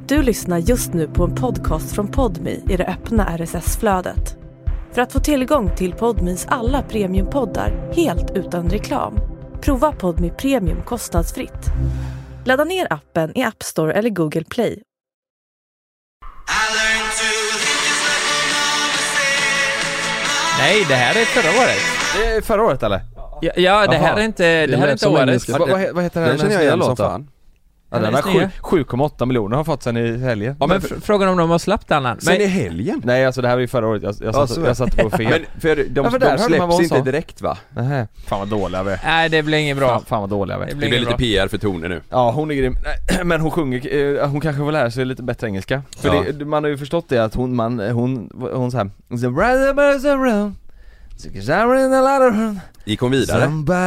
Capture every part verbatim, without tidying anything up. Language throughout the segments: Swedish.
Du lyssnar just nu på en podcast från Podmi i det öppna R S S-flödet. För att få tillgång till Podmis alla premiumpoddar helt utan reklam, prova Podmi Premium kostnadsfritt. Ladda ner appen i App Store eller Google Play. Nej, det här är förra året. Det är förra året eller? Ja, ja det här är inte, det här är inte året. Vad, vad, vad heter den? Den känner jag igen som fan. Ja, den har sju komma åtta miljoner har fått sen i helgen. Ja, men fr- frågan om de har släppt den här. Sen i helgen? Nej, alltså det här var ju förra året. Jag, jag, satt, ja, jag satt på fel. Men för de, ja, för de släpps inte direkt va? Nähä. Fan vad dåliga vi är. Nej, det blir inget bra. Fan, fan vad dåliga vi är. Det blir, det blir lite P R för Tone nu. Ja, hon är grym. Men hon sjunger, hon kanske får lära sig lite bättre engelska. För ja. det, man har ju förstått det att hon, man, hon, hon så här. Gick hon vidare?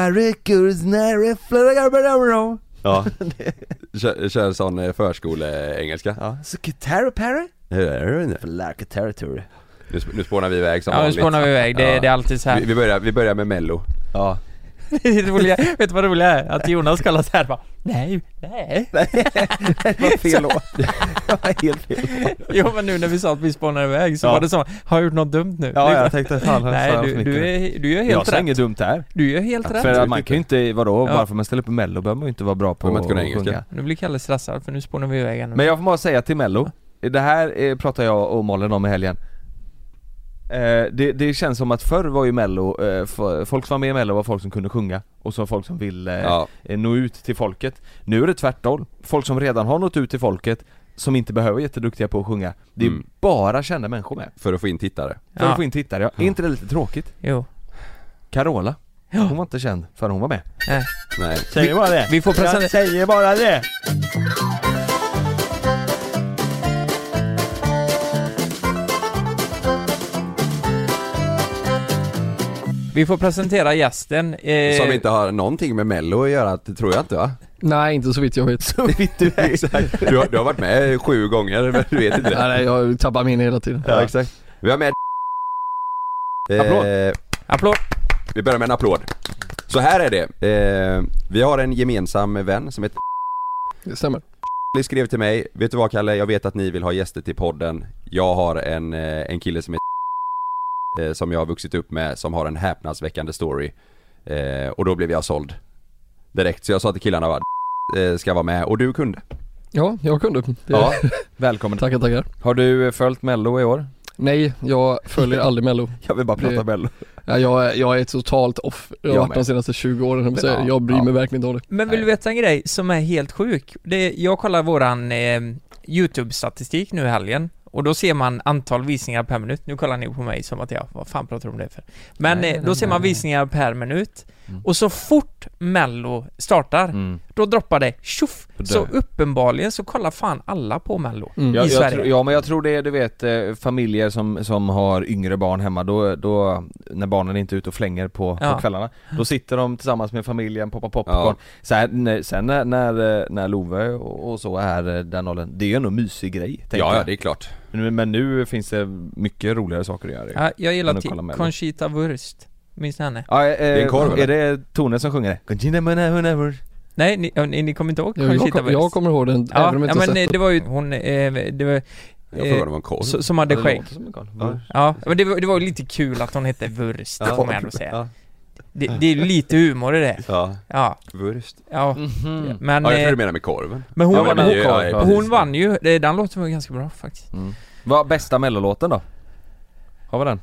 Ja, kör, kör sån förskole-engelska. Ja, så guitar parry? Like territory. Nu, nu spånar vi iväg som ja, vanligt. Ja, nu spånar vi iväg, det, ja. det är alltid så här. Vi, vi, börjar, vi börjar med Mello. Ja. Det roliga, vet du vad det roliga är? Att Jonas kallar så här bara, nej, nej. Det var fel låt. Det var helt fel låt. Jo, men nu när vi sa att vi spånar iväg så ja. var det så, har jag gjort något dumt nu? Ja, jag tänkte fan. Nej, du, du, är, du är helt jag rätt. Jag inget dumt här. Du är helt ja, rätt. För att man kan ju inte, vadå, ja. varför man ställer upp i Mello behöver man ju inte vara bra på att kunna engelska. Nu blir Kalle stressad för nu spånar vi iväg ännu. Men jag får bara säga till Mello, det här är, pratar jag och Mollen om i helgen. Eh, det, det känns som att förr var ju Mello, eh, för, folk som var med i Mello var folk som kunde sjunga. Och så folk som vill eh, ja. nå ut till folket. Nu är det tvärtom. Folk som redan har nått ut till folket, som inte behöver vara jätteduktiga på att sjunga. Det är mm. bara kända människor med. För att få in tittare. För ja. att få in tittare, ja. Är inte det lite tråkigt? Jo. Carola, ja. hon var inte känd för hon var med. Nej. Nej. Säger bara det. Vi får presentera. Jag säger bara det. Vi får presentera gästen eh... Som inte har någonting med Mello att göra, det tror jag inte va? Nej, inte så vitt jag vet. Så vitt du vet. Exakt. Du har, du har varit med sju gånger, men du vet inte det. Nej, jag tappar min hela tiden. Ja, exakt. Vi har med Applåd. eh... Applåd. Vi börjar med en applåd. Så här är det. eh... Vi har en gemensam vän som heter Det stämmer. Ni skrev till mig, vet du vad Kalle, jag vet att ni vill ha gäster till podden. Jag har en, en kille som heter som jag har vuxit upp med, som har en häpnadsväckande story, eh, och då blev jag såld direkt, så jag sa till killarna va, eh, ska vara med, och du kunde. Ja, jag kunde det... Ja, välkommen. Tackar, tackar. Har du följt Mello i år? Nej, jag följer aldrig Mello. Jag vill bara prata det... Mello. Ja, jag, jag är totalt off. Jag har varit de senaste tjugo åren, så ja, jag bryr ja. mig verkligen inte om det. Men vill du veta en grej som är helt sjuk? Det, jag kollar våran eh, YouTube-statistik nu i helgen. Och då ser man antal visningar per minut. Nu kollar ni på mig som att jag, vad fan pratar du om det för? Men nej, då nej, ser man nej. visningar per minut. Mm. Och så fort Mello startar, mm. då droppar det tjoff. Så uppenbarligen så kollar fan alla på Mello mm. i jag, Sverige. Jag tro, ja, men jag tror det är, du vet, familjer som, som har yngre barn hemma, då, då när barnen inte är ute och flänger på, ja. på kvällarna, då sitter de tillsammans med familjen, poppar popcorn. Ja. Så här, när, sen när, när, när Love och, och så är den åldern, det är ju en mysig grej. Ja, jag. ja, det är klart. Men, men nu finns det mycket roligare saker att göra. Ja, jag gillar till Conchita Wurst. Minns ni henne? Ja, eh, det är en korv, är det Tone som sjunger det? Conchita Wurst. Nej, ni, ni, ni kommer inte ihåg Conchita Wurst? Jag, jag kommer ihåg den, ja, även om ja, men det var ju hon, eh, det var jag frågade om en korv. Så, som hade skägg. Ja. ja, men det var, det var ju lite kul att hon hette Wurst, ja, får man ändå säga. Ja. Det, det är lite humor i det. Ja. Ja. Wurst. Ja. Mm-hmm. Men, ja, jag tror du menar med korven. Men hon, ja, men hon, hon, ja, ja, hon vann ju. Den låten var ganska bra faktiskt. Mm. Vad bästa mellolåten då? Har vi den?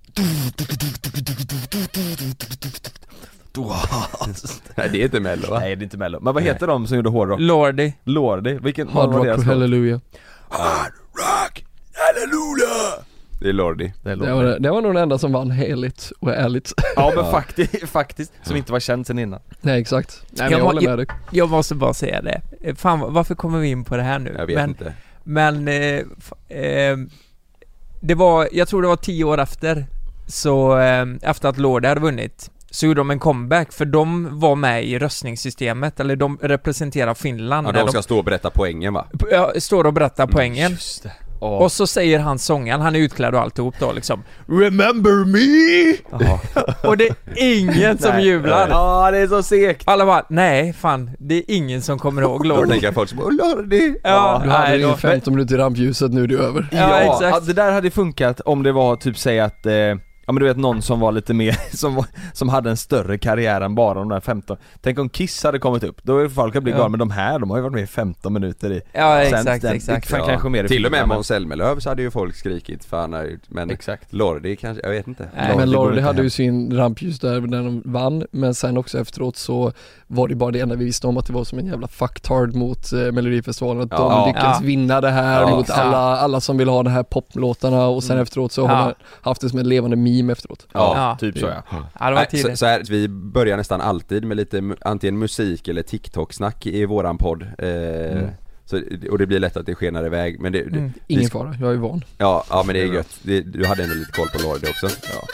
Nej, det är inte Mello va? Nej, det är inte Mello. Men vad heter Nej. de som gjorde hårdrock? Lordi. Lordi. Vilken Hard Rock och Hallelujah. Hard Rock Hallelujah. Det är Lordi. Det, är Lordi. Det, var, det var nog den enda som vann heligt och ärligt. Ja, men faktiskt, faktiskt som inte var känd sen innan. Nej, exakt. Nej, men jag, jag håller med jag, dig. Jag måste bara säga det. Fan, varför kommer vi in på det här nu? Jag vet men, inte. Men eh, eh, det var, jag tror det var tio år efter, så eh, efter att Lordi hade vunnit, så gjorde de en comeback, för de var med i röstningssystemet, eller de representerar Finland. Ja, de ska de, stå och berätta poängen va? Ja, står och berätta poängen. Just det. Oh. Och så säger han sångaren, han är utklädd och alltihop då liksom, Remember me! Oh. Och det är ingen som jublar. Ja, det är så segt. Alla bara, nej fan, det är ingen som kommer ihåg Lordi. Då tänker jag folk som, Lordi! Ja, du hade ju femton minuter i rampljuset, nu är det över. Ja, ja, exakt. Det där hade funkat om det var typ säga att eh, ja men du vet någon som var lite mer som, var, som hade en större karriär än bara de där femton. Tänk om Kiss hade kommit upp. Då är folk att bli ja. glada, men de här, de har ju varit med i femton minuter i. Ja, exakt, den, exakt. Ja. Kanske mer till och med Måns Zelmerlöw så hade ju folk skrikit fan, men exakt. Lordi kanske, jag vet inte. Nej, Lordi, men Lordi hade hem. ju sin rampljus där när de vann, men sen också efteråt så var det bara det enda vi visste om, att det var som en jävla fucktard mot eh, Melodifestivalen, att ja. de lyckades ja. vinna det här ja, mot alla, alla som vill ha de här poplåtarna, och sen mm. efteråt så ja. har man haft det som en levande meme efteråt. Ja, ja. typ så ja. ja det var Nej, så, så här, vi börjar nästan alltid med lite antingen musik eller TikTok-snack i våran podd. Eh, mm. så, och det blir lätt att det skenar iväg. Men det, mm. det, Ingen fara, jag är van. Ja, ja men det är gött. Det, du hade ändå lite koll på Lordi också. Ja.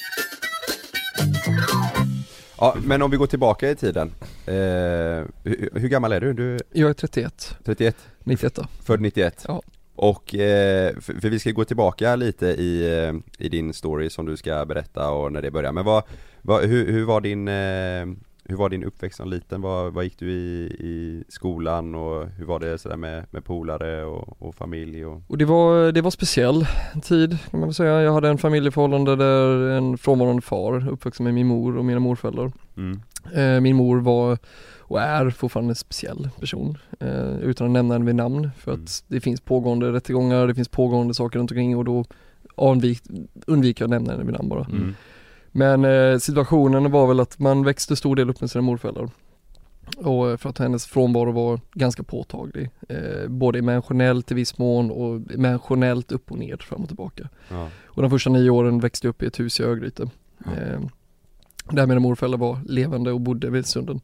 Ja, men om vi går tillbaka i tiden. Eh, hur, hur gammal är du? du? Jag är trettioett. trettioett? nittioett. Född nittioett? Ja. Och eh, för, för vi ska gå tillbaka lite i, i din story som du ska berätta och när det börjar. Men vad, vad, hur, hur var din eh, hur var din uppväxt som liten? Vad, vad gick du i, i skolan och hur var det sådär med, med polare och, och familj? Och... och det var, det var speciell tid kan man väl säga. Jag hade en familjeförhållande där en frånvarande far uppvuxen med min mor och mina morföräldrar. Mm. Eh, min mor var och är fortfarande en speciell person eh, utan att nämna henne vid namn, för mm. att det finns pågående rättegångar, det finns pågående saker runt omkring, och då undvik, undviker jag att nämna henne vid namn bara. Mm. Men eh, situationen var väl att man växte stor del upp med sina morföräldrar, och för att hennes frånvaro var ganska påtaglig, eh, både emotionellt i viss mån och emotionellt upp och ner, fram och tillbaka. Ja. Och de första nio åren växte upp i ett hus i Örgryte. Ja. Eh, där mina morföräldrar var levande och bodde vid Sunden.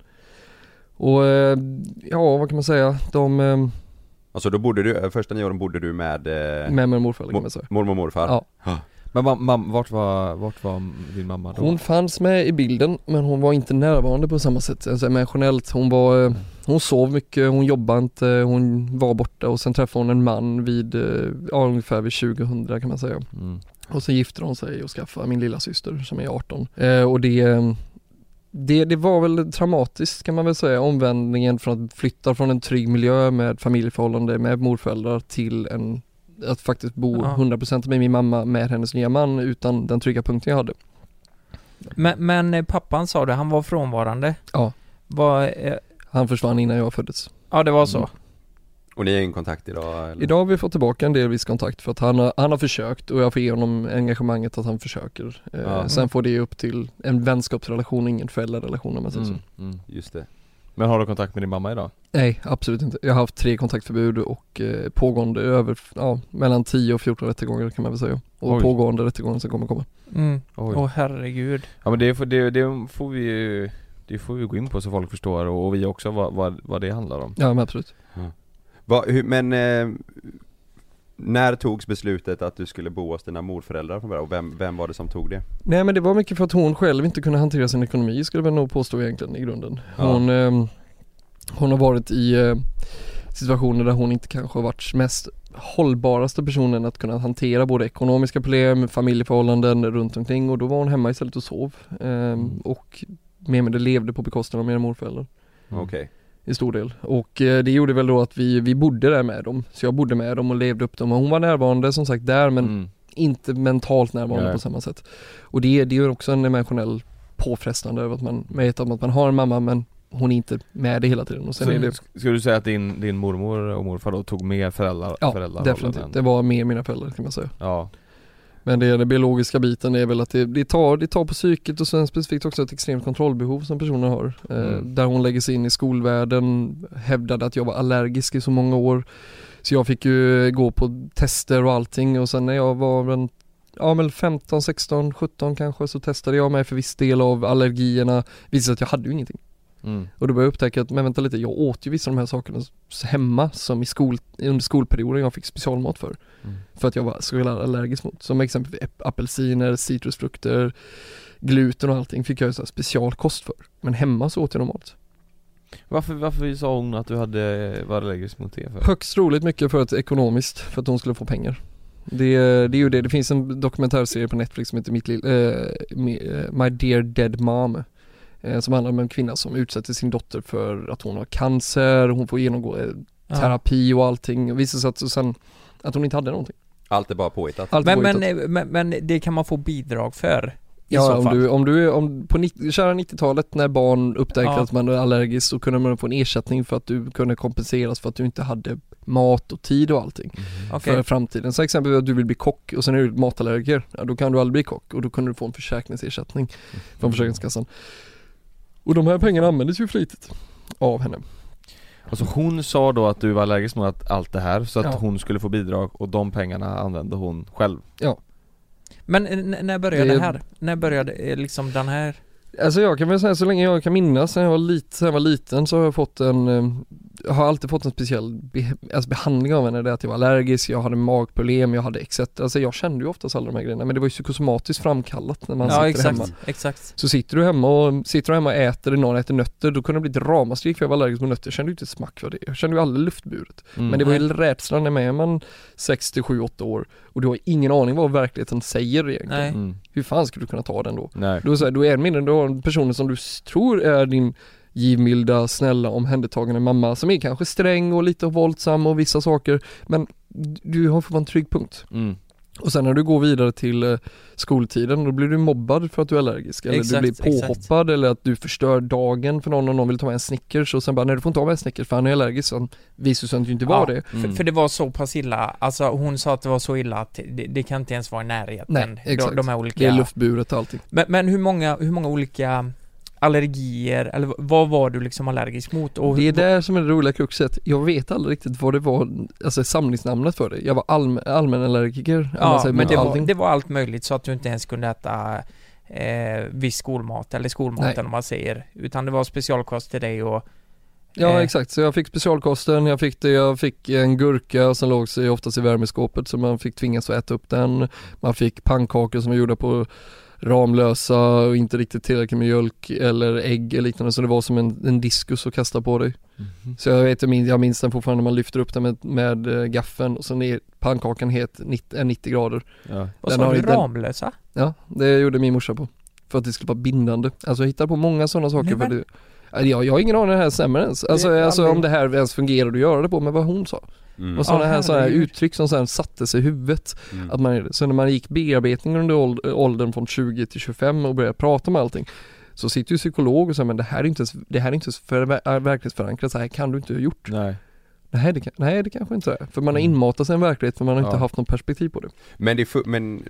Och ja, vad kan man säga? De... Alltså då bodde du, första nio åren bodde du med... Med mormor och morfar, kan man säga. Mormor och morfar? Ja. Men mam, mam, vart, var, vart var din mamma då? Hon fanns med i bilden, men hon var inte närvarande på samma sätt. Alltså emotionellt, hon var... Hon sov mycket, hon jobbade inte, hon var borta, och sen träffade hon en man vid, ja, ungefär vid tjugohundra kan man säga. Mm. Och sen gifte hon sig och skaffade min lilla syster som är arton. Eh, och det... Det, det var väl traumatiskt kan man väl säga, omvändningen från att flytta från en trygg miljö med familjeförhållande med morföräldrar till en, att faktiskt bo ja. hundra procent med min mamma med hennes nya man utan den trygga punkten jag hade. Men, men pappan sa det, han var frånvarande? Ja. Var, eh... Han försvann innan jag föddes. Ja, det var så. Mm. Och ni är i kontakt idag? Eller? Idag har vi fått tillbaka en delvis kontakt, för att han har, han har försökt, och jag får ge honom engagemanget att han försöker. Ja. Eh, sen får det upp till en vänskapsrelation och ingen föräldrarrelation om man säger mm. så. Mm. Just det. Men har du kontakt med din mamma idag? Nej, absolut inte. Jag har haft tre kontaktförbud och eh, pågående över, ja, mellan tio och fjorton rättegångar kan man väl säga. Och Oj. pågående rättegångar som kommer komma. Mm. Åh oh, herregud. Ja men det, får, det, det får vi ju, det får vi gå in på så folk förstår, och, och vi också vad, vad, vad det handlar om. Ja men absolut. Mm. Va, hur, men eh, när togs beslutet att du skulle bo hos dina morföräldrar från början, och vem, vem var det som tog det? Nej men det var mycket för att hon själv inte kunde hantera sin ekonomi, skulle jag nog påstå egentligen i grunden. Hon, ja. eh, hon har varit i eh, situationer där hon inte kanske har varit mest hållbaraste personen att kunna hantera både ekonomiska problem, familjeförhållanden runt omkring, och då var hon hemma istället och sov eh, mm. och med mig det levde på bekostnad av mina morföräldrar. Mm. Okej. Okay. I stor del. Och eh, det gjorde väl då att vi, vi bodde där med dem. Så jag bodde med dem och levde upp dem. Och hon var närvarande som sagt där, men mm. inte mentalt närvarande Nej. på samma sätt. Och det, det är ju också en emotionell påfrestande över att man vet att man har en mamma, men hon är inte med det hela tiden. Och sen så är det... Ska du säga att din, din mormor och morfar då tog med föräldrar? Ja, föräldrar definitivt. Det var med mina föräldrar kan man säga. Ja. Men det, den biologiska biten är väl att det, det, tar, det tar på psyket, och sen specifikt också ett extremt kontrollbehov som personen har. Mm. Eh, där hon lägger sig in i skolvärlden, hävdade att jag var allergisk i så många år. Så jag fick ju gå på tester och allting, och sen när jag var en, ja, men femton, sexton, sjutton kanske, så testade jag mig för viss del av allergierna. Visade att jag hade ju ingenting. Mm. Och då började jag upptäcka att, men vänta lite, jag åt ju vissa av de här sakerna hemma som i skol, under skolperioden jag fick specialmat för. Mm. För att jag var så allergisk mot. Som exempelvis apelsiner, citrusfrukter, gluten och allting fick jag så här specialkost för. Men hemma så åt jag normalt. Varför, varför sa hon att du hade var allergisk mot te för? Högst troligt mycket för att ekonomiskt, för att hon skulle få pengar. Det, det är ju det, det finns en dokumentärserie på Netflix som heter Mitt lill, äh, My Dear Dead Mom, äh, som handlar om en kvinna som utsätter sin dotter för att hon har cancer, hon får genomgå äh, terapi och allting, och visar sig att, sen, att hon inte hade någonting. Allt är bara påhittat. Men, påhittat. Men, men, men det kan man få bidrag för? Ja, om du, om du om på nittio, kära nittiotalet när barn upptäckte ja. att man är allergisk, så kunde man få en ersättning för att du kunde kompenseras för att du inte hade mat och tid och allting mm. okay. för framtiden. Så exempelvis att du vill bli kock och sen är du matallergiker, ja, då kan du aldrig bli kock och då kunde du få en försäkringsersättning mm. från Försäkringskassan. Och de här pengarna användes ju flitigt av henne. Alltså hon sa då att du var allergisk mot allt det här så att ja. hon skulle få bidrag, och de pengarna använde hon själv. Ja. Men n- när började det, det här? När började liksom den här? Alltså jag kan väl säga så länge jag kan minnas, när jag var, lit, när jag var liten så har jag fått en jag har alltid fått en speciell be, alltså behandling av henne, det att jag var allergisk, jag hade magproblem, jag hade et cetera. Alltså jag kände ju oftast alla de här grejerna, men det var ju psykosomatiskt framkallat när man ja, sitter exakt, hemma. exakt. Så sitter du hemma och sitter du hemma och äter, någon äter nötter, då kunde det bli ett ramaskrik för jag var allergisk mot nötter. Jag kände ju inte ett smack för det. Jag kände ju aldrig luftburet. Mm. Men det var ju rädslan när man är man sex till sju åtta år och du har ingen aning vad verkligheten säger egentligen. Nej. Mm. Hur fan skulle du kunna ta den då? Nej. Då, så här, då är mindre då personen som du tror är din givmilda, snälla, omhändertagande mamma som är kanske sträng och lite våldsam och vissa saker, men du har fått en trygg punkt. Mm. Och sen när du går vidare till eh, skoltiden, då blir du mobbad för att du är allergisk, eller exakt, du blir påhoppad exakt. Eller att du förstör dagen för någon och någon vill ta med en Snickers och sen bara, nej du får inte ta med en Snickers för han är allergisk, så visar sig att du inte var ja, det. Mm. För, för det var så pass illa, alltså hon sa att det var så illa att det, det kan inte ens vara i närheten. Nej, exakt. De, de här olika... Det är luftburet och allting. Men, men hur många, hur många olika allergier, eller vad var du liksom allergisk mot? Och det är där som är det roliga kruxet. Jag vet aldrig riktigt vad det var, alltså samlingsnamnet för det. Jag var allmän, allmän allergiker. Ja, men det var, det var allt möjligt, så att du inte ens kunde äta eh, viss skolmat, eller skolmaten om man säger. Utan det var specialkost till dig och eh. ja, exakt. Så jag fick specialkosten, jag fick det, jag fick en gurka som låg sig oftast i värmeskåpet, så man fick tvingas att äta upp den. Man fick pannkakor som var gjorda på Ramlösa och inte riktigt tillräckligt med mjölk eller ägg eller liknande, så det var som en, en diskus att kasta på dig. Mm-hmm. Så jag vet, jag minns, jag minns den fortfarande, man lyfter upp den med, med gaffeln och sen är pannkakan het nittio, nittio grader. Ja. Och så har du Ramlösa? Ja, det gjorde min morsa på. För att det skulle vara bindande. Alltså jag hittar på många sådana saker. Nej, för det, jag, jag har ingen aning om det här stämmer ens. Alltså, alltså aldrig... om det här ens fungerar och göra det på, men vad hon sa. Mm. Och sådana ah, här, såna här uttryck som sen satte sig i huvudet. Mm. Att man, så när man gick bearbetning under åldern från tjugo till tjugofem och började prata om allting, så sitter ju psykolog och säger, men det här är inte det här är inte för verklighetsförankrat, så här kan du inte ha gjort. Nej. Nej det, kan, nej, det kanske inte är. För man har inmatat sig en verklighet, för man har inte ja. haft någon perspektiv på det. Men, det för, men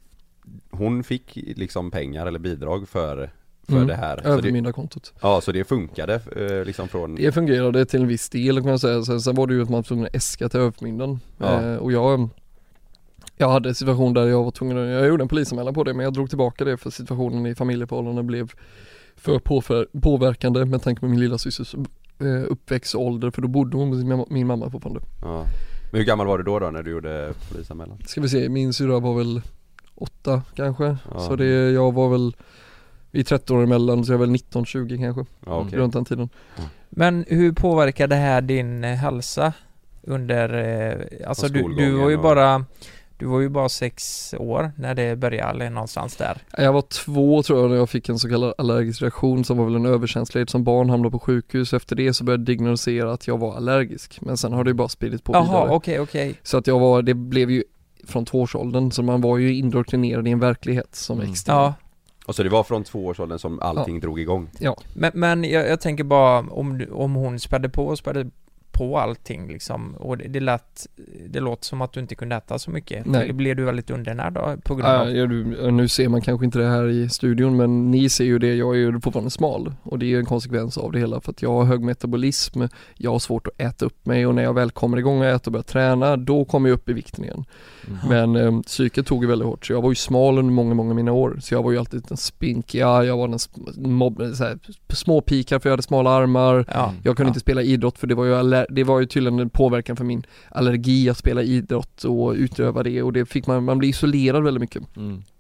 hon fick liksom pengar eller bidrag för för mm. det här. Övermyndarkontot. Ja, så det funkade liksom från... Det fungerade till en viss del kan jag säga. Sen, sen var det ju att man var tvungen att äska till övermyndaren. Ja. Eh, och jag jag hade en situation där jag var tvungen att, jag gjorde en polisanmälan på det, men jag drog tillbaka det för situationen i familjeförhållanden blev för påför, påverkande med tanke på min lilla systers eh, uppväxtålder, för då bodde hon med min, min mamma fortfarande. Ja. Men hur gammal var du då då när du gjorde polisanmälan? Ska vi se, min syra var väl åtta kanske. Ja. Så det, jag var väl vi är tretton år emellan, så jag är väl nitton tjugo kanske. Ja, okay. Runt den tiden. Mm. Men hur påverkar det här din hälsa under eh, alltså du, du var ju och... bara du var ju bara sex år när det började, eller någonstans där. Jag var två tror jag när jag fick en så kallad allergisk reaktion, som var väl en överkänslighet som barn, hamnade på sjukhus. Efter det så började jag diagnostisera att jag var allergisk, men sen har det ju bara spridit på vidare. Jaha, okej, okej. Så att jag var, det blev ju från tvåårsåldern, så man var ju indoktrinerad i en verklighet som mm. extrem. Ja. Och så det var från tvåårsåldern som allting ja. drog igång. Ja. Men, men jag, jag tänker bara om, om hon spädde på och spädde på allting liksom, och det, det lät det låter som att du inte kunde äta så mycket. Nej. Blev du väldigt undernärd då på grund av... Ja, du, nu ser man kanske inte det här i studion, men ni ser ju det, jag är ju fortfarande smal, och det är en konsekvens av det hela, för att jag har hög metabolism, jag har svårt att äta upp mig, och när jag väl kommer igång och äter och börjar träna, då kommer jag upp i vikten igen. Mm. Men eh, psyket tog ju väldigt hårt, så jag var ju smal under många, många mina år, så jag var ju alltid en spink, ja, jag var en mobb, så här, små pikar för jag hade smala armar, ja. jag kunde ja. inte spela idrott för det var ju aller- det var ju tydligen en påverkan för min allergi att spela idrott och utöva det, och det fick man, man blir isolerad väldigt mycket. Mm.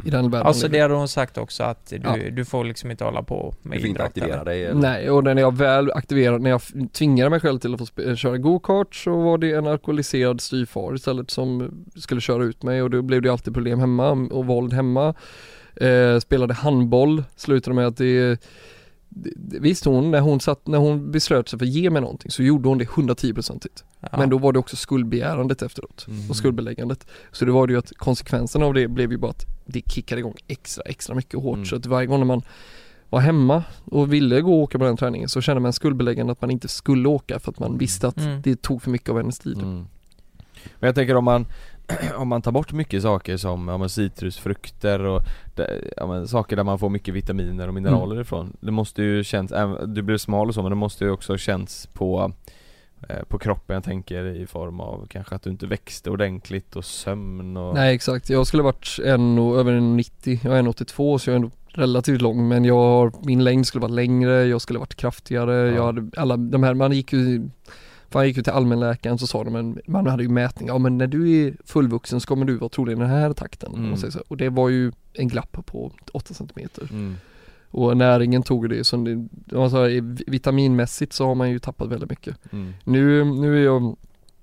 i den världen. Alltså det har hon sagt också att du, ja. du får liksom inte hålla på med Du får inte aktivera dig eller? Nej, och när jag väl aktiverade, när jag tvingade mig själv till att få sp- köra go-kart så var det en alkoholiserad styvfar istället som skulle köra ut mig och då blev det alltid problem hemma och våld hemma. Eh, spelade handboll, slutade med att det visst hon, när hon satt, när hon beslöt sig för att ge mig någonting så gjorde hon det hundratio procentigt. Ja. Men då var det också skuldbegärandet efteråt mm. och skuldbeläggandet. Så det var det ju att konsekvenserna av det blev ju bara att det kickade igång extra, extra mycket hårt. Mm. Så att varje gång när man var hemma och ville gå och åka på den träningen så kände man skuldbeläggande att man inte skulle åka för att man visste att mm. det tog för mycket av hennes tid. Mm. Men jag tänker om man om man tar bort mycket saker som ja, citrusfrukter och ja, men, saker där man får mycket vitaminer och mineraler mm. ifrån. Det måste ju känns, du blir smal och så, men det måste ju också känns på eh, på kroppen, jag tänker i form av kanske att du inte växte ordentligt och sömn och... Nej exakt, jag skulle varit en och, över en nittio, jag är en åttiotvå så jag är ändå relativt lång, men jag har, min längd skulle varit längre, jag skulle varit kraftigare, ja. jag hade alla de här, man gick ju För jag gick ju till allmänläkaren så sa de, men man hade ju mätningar, ja men när du är fullvuxen så kommer du vara troligen i den här takten. Mm. Och, så, och det var ju en glapp på åtta centimeter. Mm. Och näringen tog det, så det, alltså, vitaminmässigt så har man ju tappat väldigt mycket. Mm. Nu, nu är jag,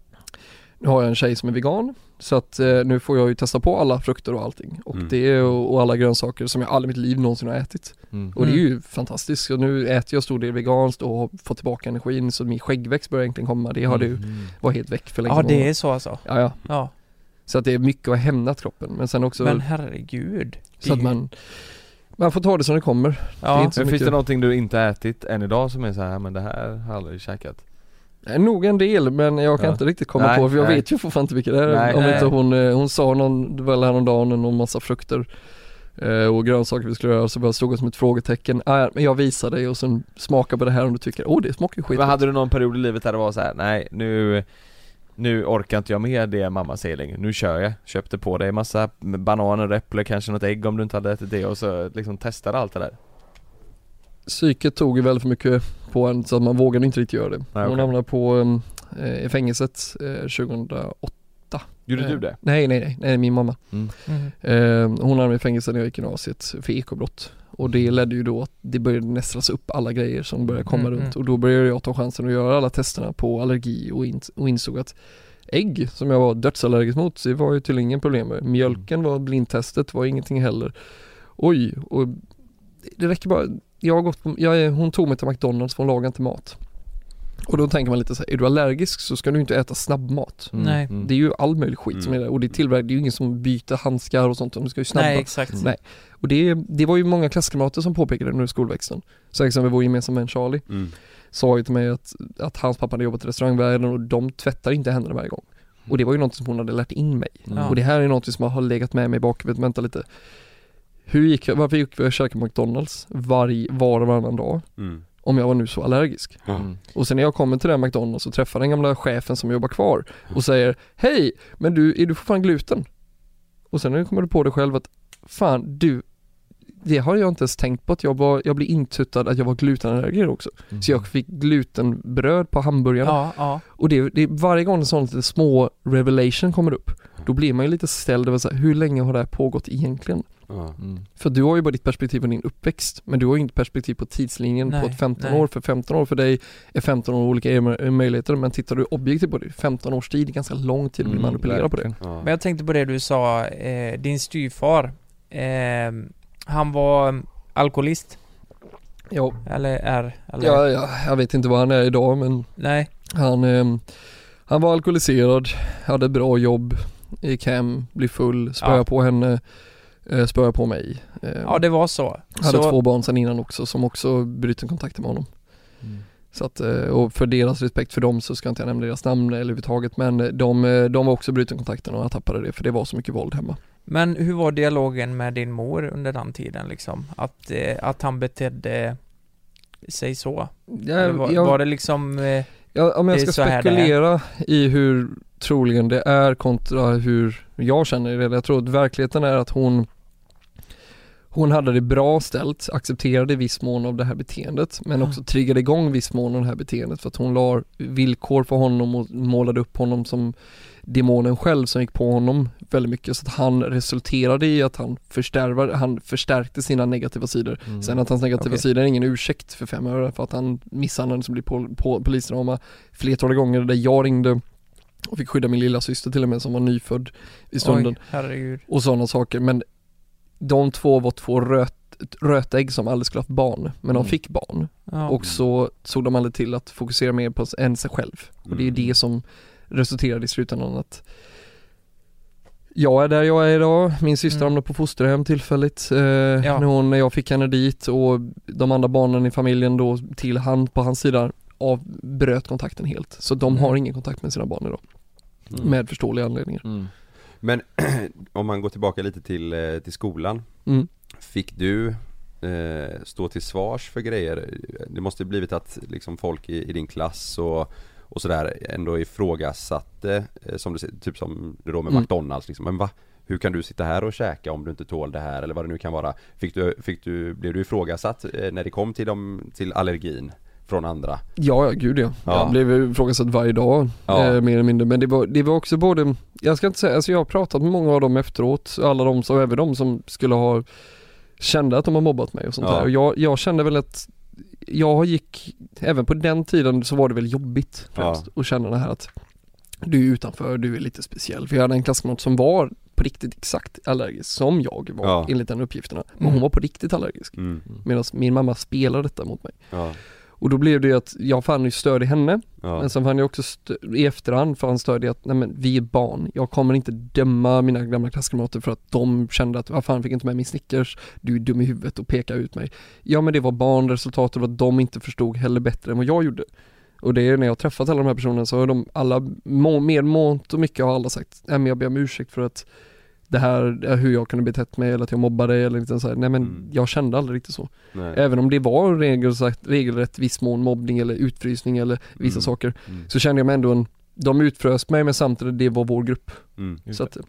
nu har jag en tjej som är vegan. Så att eh, nu får jag ju testa på alla frukter och allting. Och mm. det och, och alla grönsaker som jag aldrig i mitt liv någonsin har ätit. Mm. Och det är ju fantastiskt. Och nu äter jag stor del veganskt och har fått tillbaka energin. Så min skäggväxt börjar egentligen komma. Det hade ju mm. var helt väck för länge. Ja, det är så alltså. Ja, ja. ja. Så att det är mycket att hämnat kroppen. Men sen också... Men herregud. Så att man... Man får ta det som det kommer. Ja. Det är inte men finns mycket... det någonting du inte ätit än idag som är så här, men det här har jag aldrig käkat? Nog en del, men jag kan ja. inte riktigt komma nej, på, för jag nej. vet ju fortfarande inte vilka det är. Nej, om nej. inte hon, hon sa någon, det var häromdagen, någon massa frukter eh, och grönsaker vi skulle göra, så bara stod det som ett frågetecken. Ah, men jag visar dig och sen smaka på det här om du tycker, åh oh, det smakar skit. Men hade du någon period i livet där det var så här, nej nu nu orkar inte jag med det mamma säger längre, nu kör jag, köpte på dig massa bananer, äpple, kanske något ägg om du inte hade ätit det och så liksom testade allt det där? Psyket tog ju väldigt för mycket på en så att man vågade inte riktigt göra det. Nej, hon okay. hamnade på eh, i fängelset eh, tjugohundraåtta. Gjorde eh, du det? Nej, nej, nej, nej min mamma. Mm. Mm. Eh, hon hamnade i fängelset när jag gick i gymnasiet för ekobrott. Och det ledde ju då att det började nästras upp alla grejer som började komma mm. runt. Och då började jag ta chansen att göra alla testerna på allergi och, in, och insåg att ägg som jag var dödsallergisk mot, det var ju till ingen problem med. Mjölken var blindtestet, var ingenting heller. Oj, och det räcker bara... Jag har gått på, jag, hon tog mig till McDonalds för hon lagade inte mat. Och då tänker man lite så här, är du allergisk så ska du inte äta snabbmat. Mm. Nej. Det är ju all möjlig skit mm. som är där. Och det är tillverkat, det är ju ingen som byter handskar och sånt. De ska ju snabba. Nej, exakt. Mm. Nej. Och det, det var ju många klasskamrater som påpekade under skolväxten. Så exempel vår gemensamma vän Charlie mm. sa ju till mig att, att hans pappa hade jobbat i restaurangvärlden och de tvättar inte händerna varje gång. Och det var ju något som hon hade lärt in mig. Mm. Och det här är något som har legat med mig i bakhuvudet. Vänta lite. Hur gick jag, varför gick vi och käkade McDonalds varje, var och varannan dag mm. om jag var nu så allergisk? Mm. Och sen när jag kommer till den McDonalds och träffar den gamla chefen som jobbar kvar och säger hej, men du, är du fortfarande gluten? Och sen kommer du på dig själv att fan, du, det har jag inte ens tänkt på att jag var, jag blev intuttad att jag var glutenallergiker också. Mm. Så jag fick glutenbröd på hamburgarna. Ja, ja. Och det, det varje gång en sån lite små revelation kommer upp, då blir man ju lite ställd över så här, hur länge har det här pågått egentligen? Mm. För du har ju bara ditt perspektiv på din uppväxt, men du har ju inte perspektiv på tidslinjen nej, på ett femton nej. år. För femton år för dig är femton år olika möjligheter, men tittar du objektivt på det, femton års tid är ganska lång tid att bli manipulerad mm, på det. Ja. Men jag tänkte på det du sa, eh, din styvfar, eh, han var alkoholist. Ja. Eller är eller? Ja, ja, jag vet inte vad han är idag, men nej. Han, eh, han var alkoholiserad, hade bra jobb, gick hem, blev full, spöade ja. på henne, spöade på mig. Ja, det var så. Hade så... två barn sedan innan också som också bryter kontakten med honom. Mm. Så att, och för deras respekt för dem så ska inte jag nämna deras namn eller överhuvudtaget, men de, de var också bryter kontakten och jag tappade det för det var så mycket våld hemma. Men hur var dialogen med din mor under den tiden liksom? Att, att han betedde sig så? Ja, var, jag, var det liksom... Ja, om jag ska spekulera i hur troligen det är kontra hur jag känner det. Jag tror att verkligheten är att hon hon hade det bra ställt, accepterade viss mån av det här beteendet, men också triggade igång viss mån av det här beteendet för att hon la villkor för honom och målade upp honom som demonen själv som gick på honom väldigt mycket, så att han resulterade i att han förstärkte, han förstärkte sina negativa sidor. Mm. Sen att hans negativa okay. sidor är ingen ursäkt för fem öre för att han misshandlade som blir på, på polisdrama flertalet gånger där jag ringde och fick skydda min lilla syster till och med som var nyfödd i stunden. Oj, herregud. Och sådana saker, men de två var två röt, rötägg som aldrig skulle haft barn, men de mm. fick barn. Ja. Och så såg de aldrig till att fokusera mer på än sig själv. Mm. Och det är det som resulterade i slutändan att jag är där jag är idag. Min syster hamnade mm. på fosterhem tillfälligt eh, ja. när, hon, när jag fick henne dit, och de andra barnen i familjen då till han på hans sida avbröt kontakten helt. Så de mm. har ingen kontakt med sina barn idag. Mm. Med förståeliga anledningar. Mm. Men om man går tillbaka lite till, till skolan. Mm. Fick du eh, stå till svars för grejer? Det måste blivit att liksom folk i, i din klass och, och sådär ändå ifrågasatte, eh, som det, typ som det då med mm. McDonalds liksom. Men va? Hur kan du sitta här och käka om du inte tål det här? Eller vad det nu kan vara. Fick du, fick du, blev du ifrågasatt eh, när det kom till, dem, till allergin från andra? Ja, gud ja. ja. Jag blev ifrågasatt varje dag ja. eh, mer eller mindre. Men det var, det var också både, jag ska inte säga, alltså jag har pratat med många av dem efteråt, alla de som, även de som skulle ha kände att de har mobbat mig och sånt ja. där. Och jag, jag kände väl att jag gick, även på den tiden så var det väl jobbigt främst ja. att känna det här att du är utanför, du är lite speciell. För jag hade en klasskamrat som var på riktigt exakt allergisk som jag var ja. enligt den uppgifterna. Men mm. hon var på riktigt allergisk. Mm. Medan min mamma spelade detta mot mig. Ja. Och då blev det att jag fann ju stöd i henne. Ja. Men sen fann jag också stö- i efterhand fann stöd i att nej men, vi är barn. Jag kommer inte döma mina gamla klasskamrater för att de kände att vad fan fick inte med min Snickers. Du är dum i huvudet och pekar ut mig. Ja, men det var barn. Resultatet var att de inte förstod heller bättre än vad jag gjorde. Och det är när jag har träffat alla de här personerna så har de alla må- mer månt och mycket har alla sagt nej men jag ber om ursäkt för att det här är hur jag kunde betett mig eller att jag mobbade eller lite så här. Nej men mm. jag kände aldrig riktigt så. Nej. Även om det var regelrätt, regelrätt viss mån mobbning eller utfrysning eller vissa mm. saker mm. så kände jag mig ändå en, de utfrös mig men samtidigt det var vår grupp. Mm. Så att,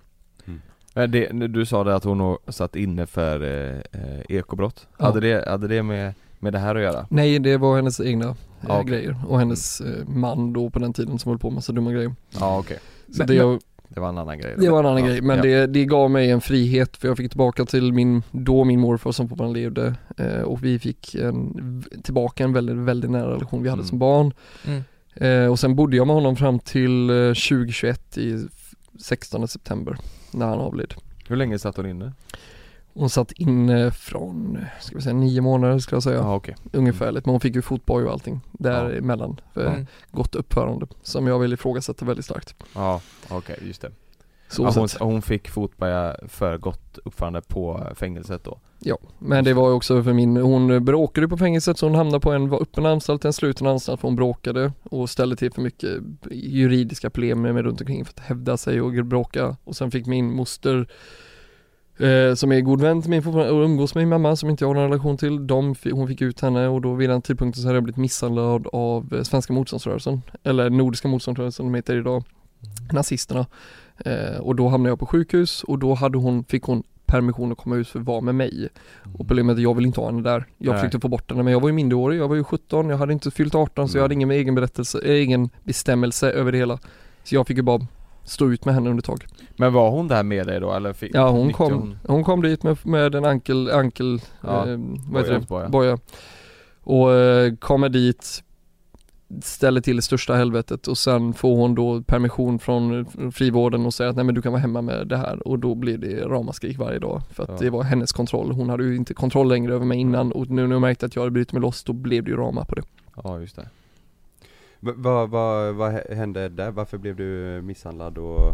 mm. det, du sa det att hon satt inne för eh, ekobrott. Ja. Hade, det, hade det med, med det här att göra? Nej, det var hennes egna eh, ja, okay. grejer och hennes eh, man då på den tiden som höll på med massa dumma grejer. Ja, okej. Okay. Så men, det jag Det var en annan grej. Det var en annan ja, grej, men ja. det, det gav mig en frihet för jag fick tillbaka till min, då min morfar som fortfarande levde eh, och vi fick en, tillbaka en väldigt, väldigt nära relation vi hade mm. som barn. Mm. Eh, och sen bodde jag med honom fram till eh, tjugo tjugoett i sextonde september när han avled. Hur länge satt hon inne? Hon satt inne från, ska vi säga, nio månader ska jag säga. Ah, okay. Ungefärligt, men hon fick ju fotboll och allting däremellan ja. för mm. gott uppförande som jag vill ifrågasätta väldigt starkt. Ja, okej, okay, just det. Så ja, hon, hon fick fotboja för gott uppförande på fängelset då? Ja, men det var också för min, hon bråkade på fängelset så hon hamnade på en öppen anstalt, en sluten anstalt för hon bråkade och ställde till för mycket juridiska problem med runt omkring för att hävda sig och bråka. Och sen fick min moster Eh, som är god vän till min och umgås med min mamma som inte jag har någon relation till. De, hon fick ut henne och då vid den tidpunkten så hade jag blivit misshandlad av eh, svenska motståndsrörelsen. Eller nordiska motståndsrörelsen, de heter idag. Mm. Nazisterna. Eh, och då hamnade jag på sjukhus och då hade hon, fick hon permission att komma ut för att vara med mig. Mm. Och problemet är att jag vill inte ha henne där. Jag Nej. försökte få bort henne men jag var ju minderårig. Jag var ju sjutton, jag hade inte fyllt arton mm. så jag hade ingen egen berättelse, egen bestämmelse över det hela. Så jag fick ju bara stå ut med henne under tag. Men var hon där med dig då? Eller fick, ja, hon kom, hon... hon kom dit med, med en ankel, ankel ja, eh, vad heter det? Boja. Och eh, kommer dit, ställer till det största helvetet och sen får hon då permission från frivården och säger att nej men du kan vara hemma med det här och då blir det ramaskrik varje dag för att ja. det var hennes kontroll. Hon hade ju inte kontroll längre över mig innan och nu när jag märkte att jag hade brutit mig loss då blev det ju rama på det. Ja, just det. Vad va, va hände där? Varför blev du misshandlad? Och...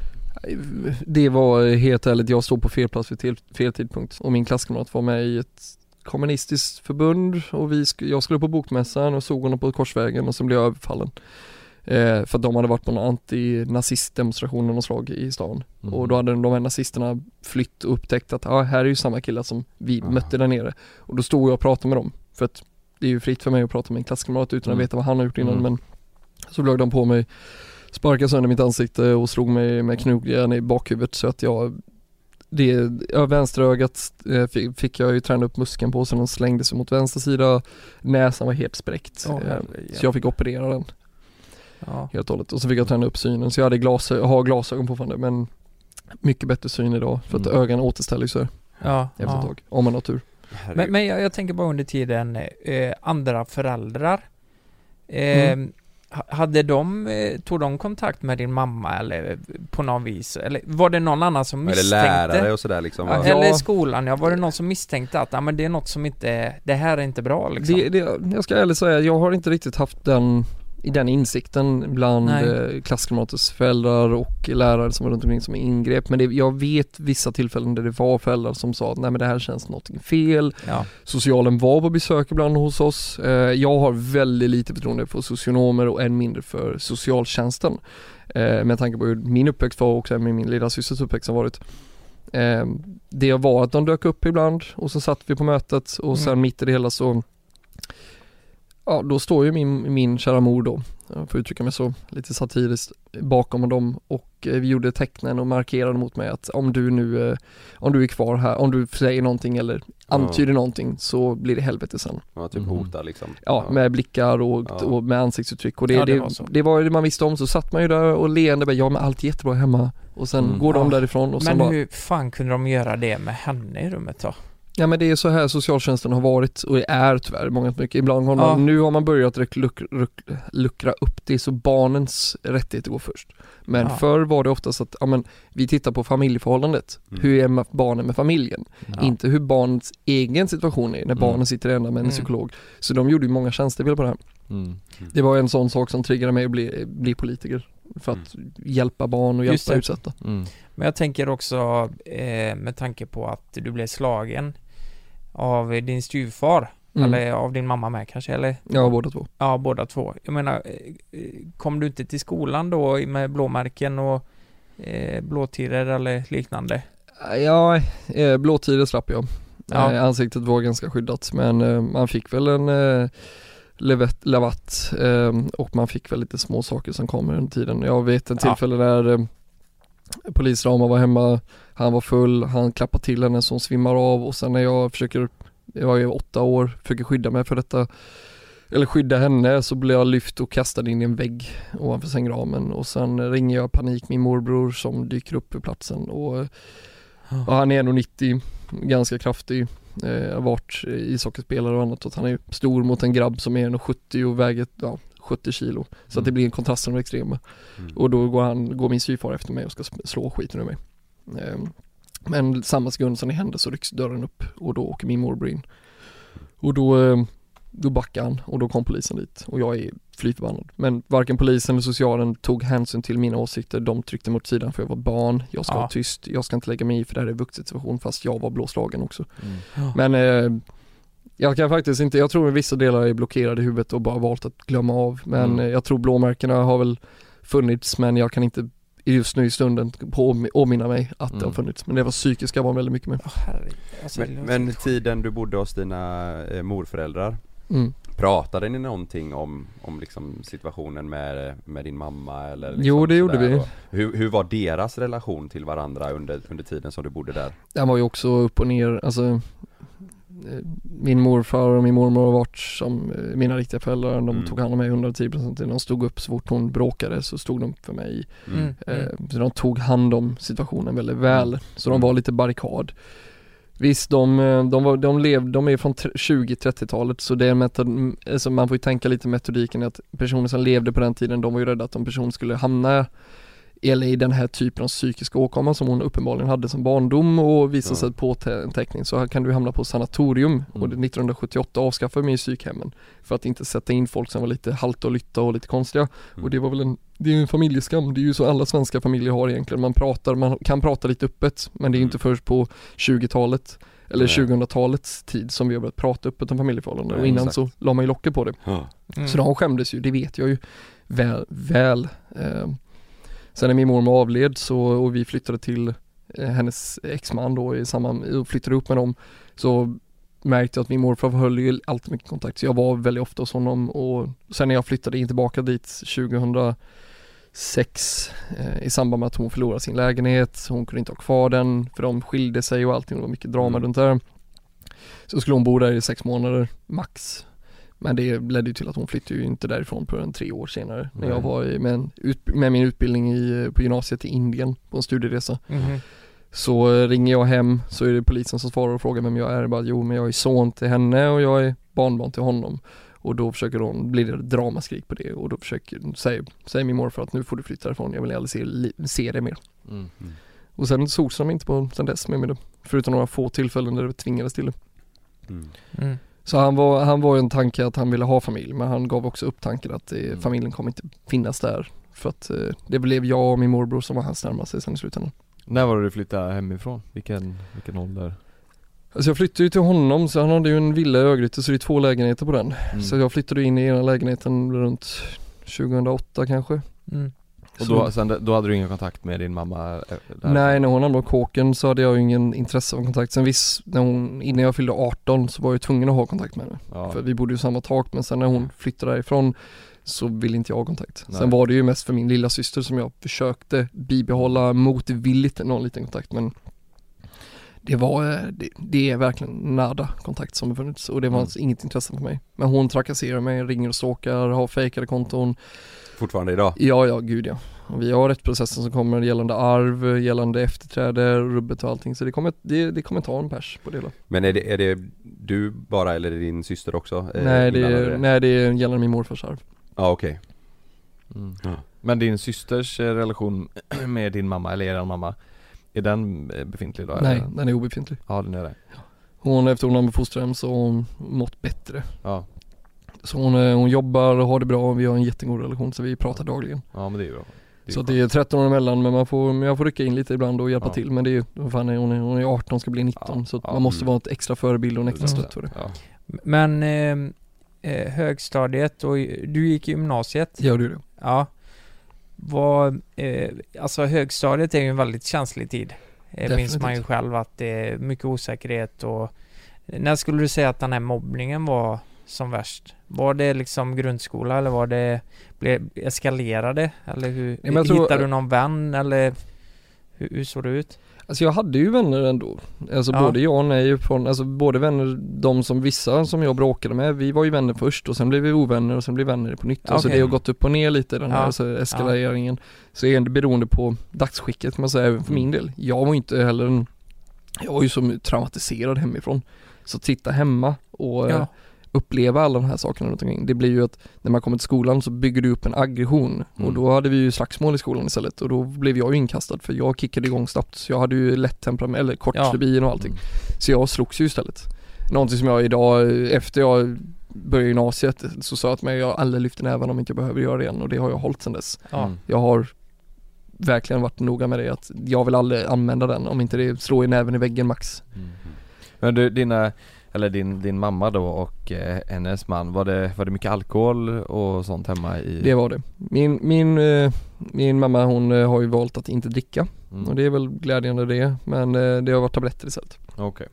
Det var helt ärligt, jag stod på fel plats vid till, fel tidpunkt och min klasskamrat var med i ett kommunistiskt förbund och vi sk- jag skulle på bokmässan och såg honom på Korsvägen och så blev jag överfallen. Eh, för att de hade varit på en anti-nazistdemonstration och slag i stan. Mm. Och då hade de här nazisterna flytt och upptäckt att ah, här är ju samma killar som vi ah. mötte där nere. Och då stod jag och pratade med dem för att det är ju fritt för mig att prata med en klasskamrat utan mm. att veta vad han har gjort innan. Mm. Men så blög de på mig, sparkade sönder mitt ansikte och slog mig med knogjärn i bakhuvudet så att jag det, ja, vänsterögat eh, fick, fick jag ju träna upp muskeln på, så den slängde sig mot vänster sida. Näsan var helt spräckt. Oh, eh, så jag fick operera den. Ja. Helt och hållet. Och så fick jag träna upp synen. Så jag hade glas, jag har glasögon fortfarande, men mycket bättre syn idag. För att mm. ögonen återställer sig ja, efter ja. ett tag. Om man har tur. Men, men jag, jag tänker bara under tiden, eh, andra föräldrar. Eh, mm. Hade de, eh, tog de kontakt med din mamma eller på någon vis? Eller var det någon annan som misstänkte? Eller lärare och sådär liksom. Ja, eller skolan, ja. Var det någon som misstänkte att ja, men det är något som inte, det här är inte bra liksom? Det, det, jag ska ärligt säga, jag har inte riktigt haft den i den insikten bland eh, klasskamraters föräldrar och lärare som var runt omkring som ingrep. Men det, jag vet vissa tillfällen där det var föräldrar som sa att nej, men det här känns något fel. Ja. Socialen var på besök ibland hos oss. Eh, jag har väldigt lite förtroende för socionomer och än mindre för socialtjänsten. Eh, med tanke på hur min uppväxt var och med min lilla systers uppväxt har varit. Eh, det var att de dök upp ibland och så satt vi på mötet och sen mm. mitt i det hela så ja, då står ju min, min kära mor då, jag får uttrycka mig så, lite satiriskt, bakom dem och eh, vi gjorde tecknen och markerade mot mig att om du nu, eh, om du är kvar här, om du säger någonting eller antyder ja. någonting så blir det helvete sen. Ja, typ hotar liksom. Ja, ja. med blickar och, ja. och med ansiktsuttryck och det, ja, det, det, var det var det man visste om, så satt man ju där och leende, ja men allt är jättebra hemma och sen mm. går de ja. därifrån och men bara, hur fan kunde de göra det med henne i rummet då? Ja men det är så här socialtjänsten har varit och är tyvärr många mycket. Ibland har man, ja. nu har man börjat luk, luk, luk, luckra upp det så barnens rättigheter går först. Men ja. förr var det oftast att ja, men, vi tittar på familjeförhållandet. Mm. Hur är barnen med familjen? Ja. Inte hur barnens egen situation är när mm. barnen sitter ända med en mm. psykolog. Så de gjorde ju många tjänster på det här. Mm. Mm. Det var en sån sak som triggade mig att bli, bli politiker. För att mm. hjälpa barn och hjälpa utsatta. Mm. Men jag tänker också eh, med tanke på att du blev slagen av din styvfar mm. eller av din mamma med kanske, eller? Ja, båda två. Ja, båda två. Jag menar, kom du inte till skolan då med blåmärken och eh, blåtiror eller liknande? Ja, eh, blåtiror slapp jag. Ja. Eh, ansiktet var ganska skyddat, men eh, man fick väl en eh, levet, lavatt eh, och man fick väl lite små saker som kommer under tiden. Jag vet en tillfälle ja. där eh, polisramar var hemma, han var full, han klappade till henne som svimmar av och sen när jag försöker, jag är åtta år, försöker skydda mig för detta eller skydda henne så blir jag lyft och kastad in i en vägg ovanför sängramen och sen ringer jag panik min morbror som dyker upp på platsen och, och han är en komma nittio, ganska kraftig, eh, har varit ishockeyspelare och annat och han är stor mot en grabb som är en komma sjuttio och väger ja, sjuttio kilo. Så mm. att det blir en kontrast som är extrem. Mm. Och då går, han, går min syfar efter mig och ska slå skiten ur mig. Um, men samma sekund som det händer så rycks dörren upp och då åker min morbror in. Och då, um, då backar han och då kom polisen dit. Och jag är flytförbannad. Men varken polisen eller socialen tog hänsyn till mina åsikter. De tryckte mot sidan för jag var barn. Jag ska ja. vara tyst. Jag ska inte lägga mig i för det här är en vuxen situation fast jag var blåslagen också. Mm. Ja. Men uh, jag kan faktiskt inte, jag tror att vissa delar är blockerade i huvudet och bara valt att glömma av. Men mm. jag tror blåmärkena har väl funnits men jag kan inte just nu i stunden påminna mig att mm. det har funnits. Men det var psykiska var väldigt mycket med. Oh, alltså, men, men tiden du bodde hos dina eh, morföräldrar, mm. pratade ni någonting om, om liksom situationen med, med din mamma? Eller liksom jo, det gjorde vi. Hur, hur var deras relation till varandra under, under tiden som du bodde där? Den var ju också upp och ner, alltså min morfar och min mormor har varit som mina riktiga föräldrar. De mm. tog hand om mig hundratio procent. De stod upp så fort hon bråkade så stod de för mig. Mm. Eh, så de tog hand om situationen väldigt väl. Mm. Så de var lite barrikad. Visst, de, de, var, de, levde, de är från tjugo-trettiotalet så det är metod, alltså man får ju tänka lite metodiken att personer som levde på den tiden, de var ju rädda att en person skulle hamna eller i den här typen av psykiska åkomma som hon uppenbarligen hade som barndom och visade ja. sig på en teckning så här kan du hamna på sanatorium mm. och nittonhundrasjuttioåtta avskaffade man psykhemmen för att inte sätta in folk som var lite halta och lytta och lite konstiga mm. och det var väl en, det är ju en familjeskam, det är ju så alla svenska familjer har egentligen, man pratar, man kan prata lite öppet men det är ju mm. inte först på tjugotalet eller Nej. tjugohundratalets tid som vi har börjat prata öppet om familjeförhållanden och innan exakt. Så la man ju locket på det ja. mm. så de skämdes ju, det vet jag ju väl, väl. Eh, Sen när min mormor avled så, och vi flyttade till eh, hennes exman då i samband, och flyttade upp med dem så märkte jag att min morfar höll ju alltid mycket kontakt så jag var väldigt ofta hos honom och sen när jag flyttade in tillbaka dit tjugohundrasex sex eh, i samband med att hon förlorade sin lägenhet. Hon kunde inte ha kvar den för de skilde sig och allting, det var mycket drama mm. runt där. Så skulle hon bo där i sex månader max. Men det ledde ju till att hon flyttade ju inte därifrån på en tre år senare. Mm. När jag var i, med, en, ut, med min utbildning i, på gymnasiet i Indien på en studieresa. Mm. Så eh, ringer jag hem, så är det polisen som svarar och frågar vem jag är. Bara, jo, men jag är son till henne och jag är barnbarn till honom. Och då försöker hon, blir det dramaskrik på det. Och då försöker, säger, säger min morfar att nu får du flytta därifrån, jag vill aldrig se, li, se det mer. Mm. Mm. Och sen sågs de inte på sen dess med mig då. Förutom några få tillfällen där det tvingades till det. Mm. Mm. Så han var, han var ju en tanke att han ville ha familj, men han gav också upp tanken att eh, mm. familjen kommer inte finnas där. För att eh, det blev jag och min morbror som var hans närmaste sen i slutändan. När var det du flyttade hemifrån? Vilken, vilken ålder? Alltså jag flyttade ju till honom, så han hade ju en villa i Örgryte, så det är två lägenheter på den. Mm. Så jag flyttade in i ena lägenheten runt tjugohundraåtta kanske. Mm. Och då, sen, då hade du ingen kontakt med din mamma? Där? Nej, när hon hamnade på kåken så hade jag ju ingen intresse av kontakt. Sen visst, när hon, innan jag fyllde arton så var jag tvungen att ha kontakt med henne. Ja. För vi bodde ju samma tak, men sen när hon flyttade därifrån så ville inte jag ha kontakt. Nej. Sen var det ju mest för min lilla syster som jag försökte bibehålla motvilligt någon liten kontakt, men det var det, det är verkligen nada kontakt som har funnits och det var mm. alltså inget intresse för mig. Men hon trakasserar mig, ringer och stalkar, har fejkade konton. Fortfarande idag? Ja, ja, gud ja. Och vi har rättsprocessen som kommer gällande arv, gällande efterträde, rubbet och allting. Så det kommer, det, det kommer ta en pers på det hela. Men är det, är det du bara eller är det din syster också? Nej, det är, nej, det är gällande min morfars arv. Ja, okej. Okay. Mm. Ja. Men din systers relation med din mamma eller er mamma, är den befintlig då? Nej, eller? Den är obefintlig. Ja, den är det. Hon, efter hon har med fosterhem så har hon mått bättre. Ja. Så hon, hon jobbar och har det bra och vi har en jättegod relation så vi pratar dagligen. Ja, men det är bra. Det är så bra. Det är tretton år emellan, men man får, jag får rycka in lite ibland och hjälpa ja. till. Men det är ju, fan, hon, är, hon är arton, ska bli nitton. Ja. Så ja. man måste vara ett extra förebild och en extra stöd för det. Ja. Men eh, högstadiet och du gick i gymnasiet? Ja, du det. Ja. Vad, eh, alltså högstadiet är ju en väldigt känslig tid. Eh, minns man ju själv att det är mycket osäkerhet och när skulle du säga att den här mobbningen var som värst? Var det liksom grundskola eller var det blev eskalerade eller hur ja, hittade tror, du någon vän eller hur, hur såg det ut? Alltså jag hade ju vänner ändå. Alltså ja. både jag och nej från, alltså både vänner, de som vissa som jag bråkade med, vi var ju vänner först och sen blev vi ovänner och sen blev vänner på nytt. Okay. Alltså det har gått upp och ner lite den här ja. alltså eskaleringen. Ja. Så är det beroende på dagsskicket kan man säga även för min del. Jag var inte heller en, jag var ju så traumatiserad hemifrån. Så titta hemma och ja. uppleva alla de här sakerna runt omkring. Det blir ju att när man kommer till skolan så bygger du upp en aggression mm. och då hade vi ju slagsmål i skolan istället och då blev jag ju inkastad för jag kickade igång snabbt så jag hade ju lätt temperament eller kort stubin och allting. Mm. Så jag slogs ju istället. Någonting som jag idag efter jag började gymnasiet så sa jag att mig jag aldrig lyfter näven om inte jag behöver göra det igen och det har jag hållit sedan dess. Mm. Jag har verkligen varit noga med det att jag vill aldrig använda den om inte det slår i näven i väggen max. Mm. Men du, dina eller din, din mamma då och eh, hennes man, var det, var det mycket alkohol och sånt hemma i? Det var det. Min, min, eh, min mamma hon eh, har ju valt att inte dricka mm. och det är väl glädjande det, men eh, det har varit tabletter istället. Okej. Okay.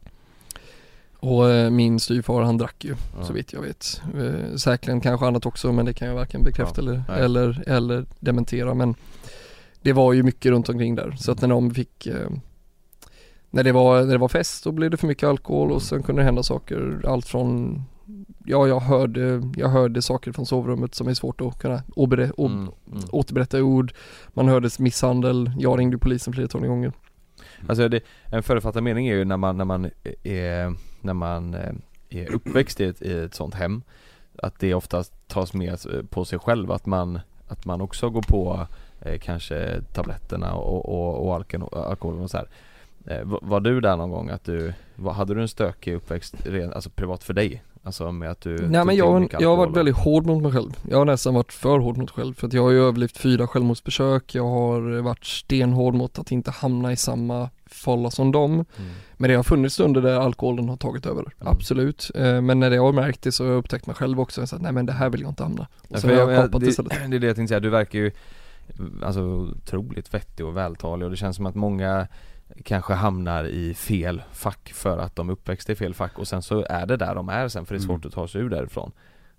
Och eh, min styvfar han drack ju, ja. så vitt jag vet. Eh, säkerligen kanske annat också, men det kan jag varken bekräfta ja. eller, eller, eller dementera, men det var ju mycket runt omkring där. Så att när de fick eh, När det, var, när det var fest så blev det för mycket alkohol och sen kunde det hända saker, allt från, ja jag hörde, jag hörde saker från sovrummet som är svårt att kunna åberä, å, mm, mm. återberätta i ord, man hörde misshandel, jag ringde polisen flera gånger. Alltså det, en förutfattad mening är ju när man, när man, är, när man är uppväxt i ett, i ett sånt hem, att det oftast tas med på sig själv, att man, att man också går på eh, kanske tabletterna och, och, och alkoholen och så här. Var du där någon gång att du hade du en stökig uppväxt alltså privat för dig? Alltså med att du Nej men jag, jag har varit väldigt hård mot mig själv. Jag har nästan varit för hård mot mig själv för att jag har ju överlevt fyra självmordsförsök. Jag har varit stenhård mot att inte hamna i samma fålla som dem. Mm. Men det har funnits stunder där alkoholen har tagit över. Mm. Absolut. Men när jag har märkt det så har jag upptäckt mig själv också. Så att, nej men det här vill jag inte hamna. Och så ja, har jag kapat det, istället. Det är det jag tänkte säga. Du verkar ju alltså otroligt vettig och vältalig och det känns som att många kanske hamnar i fel fack för att de uppväxte i fel fack och sen så är det där de är sen för det är svårt mm. att ta sig ur därifrån.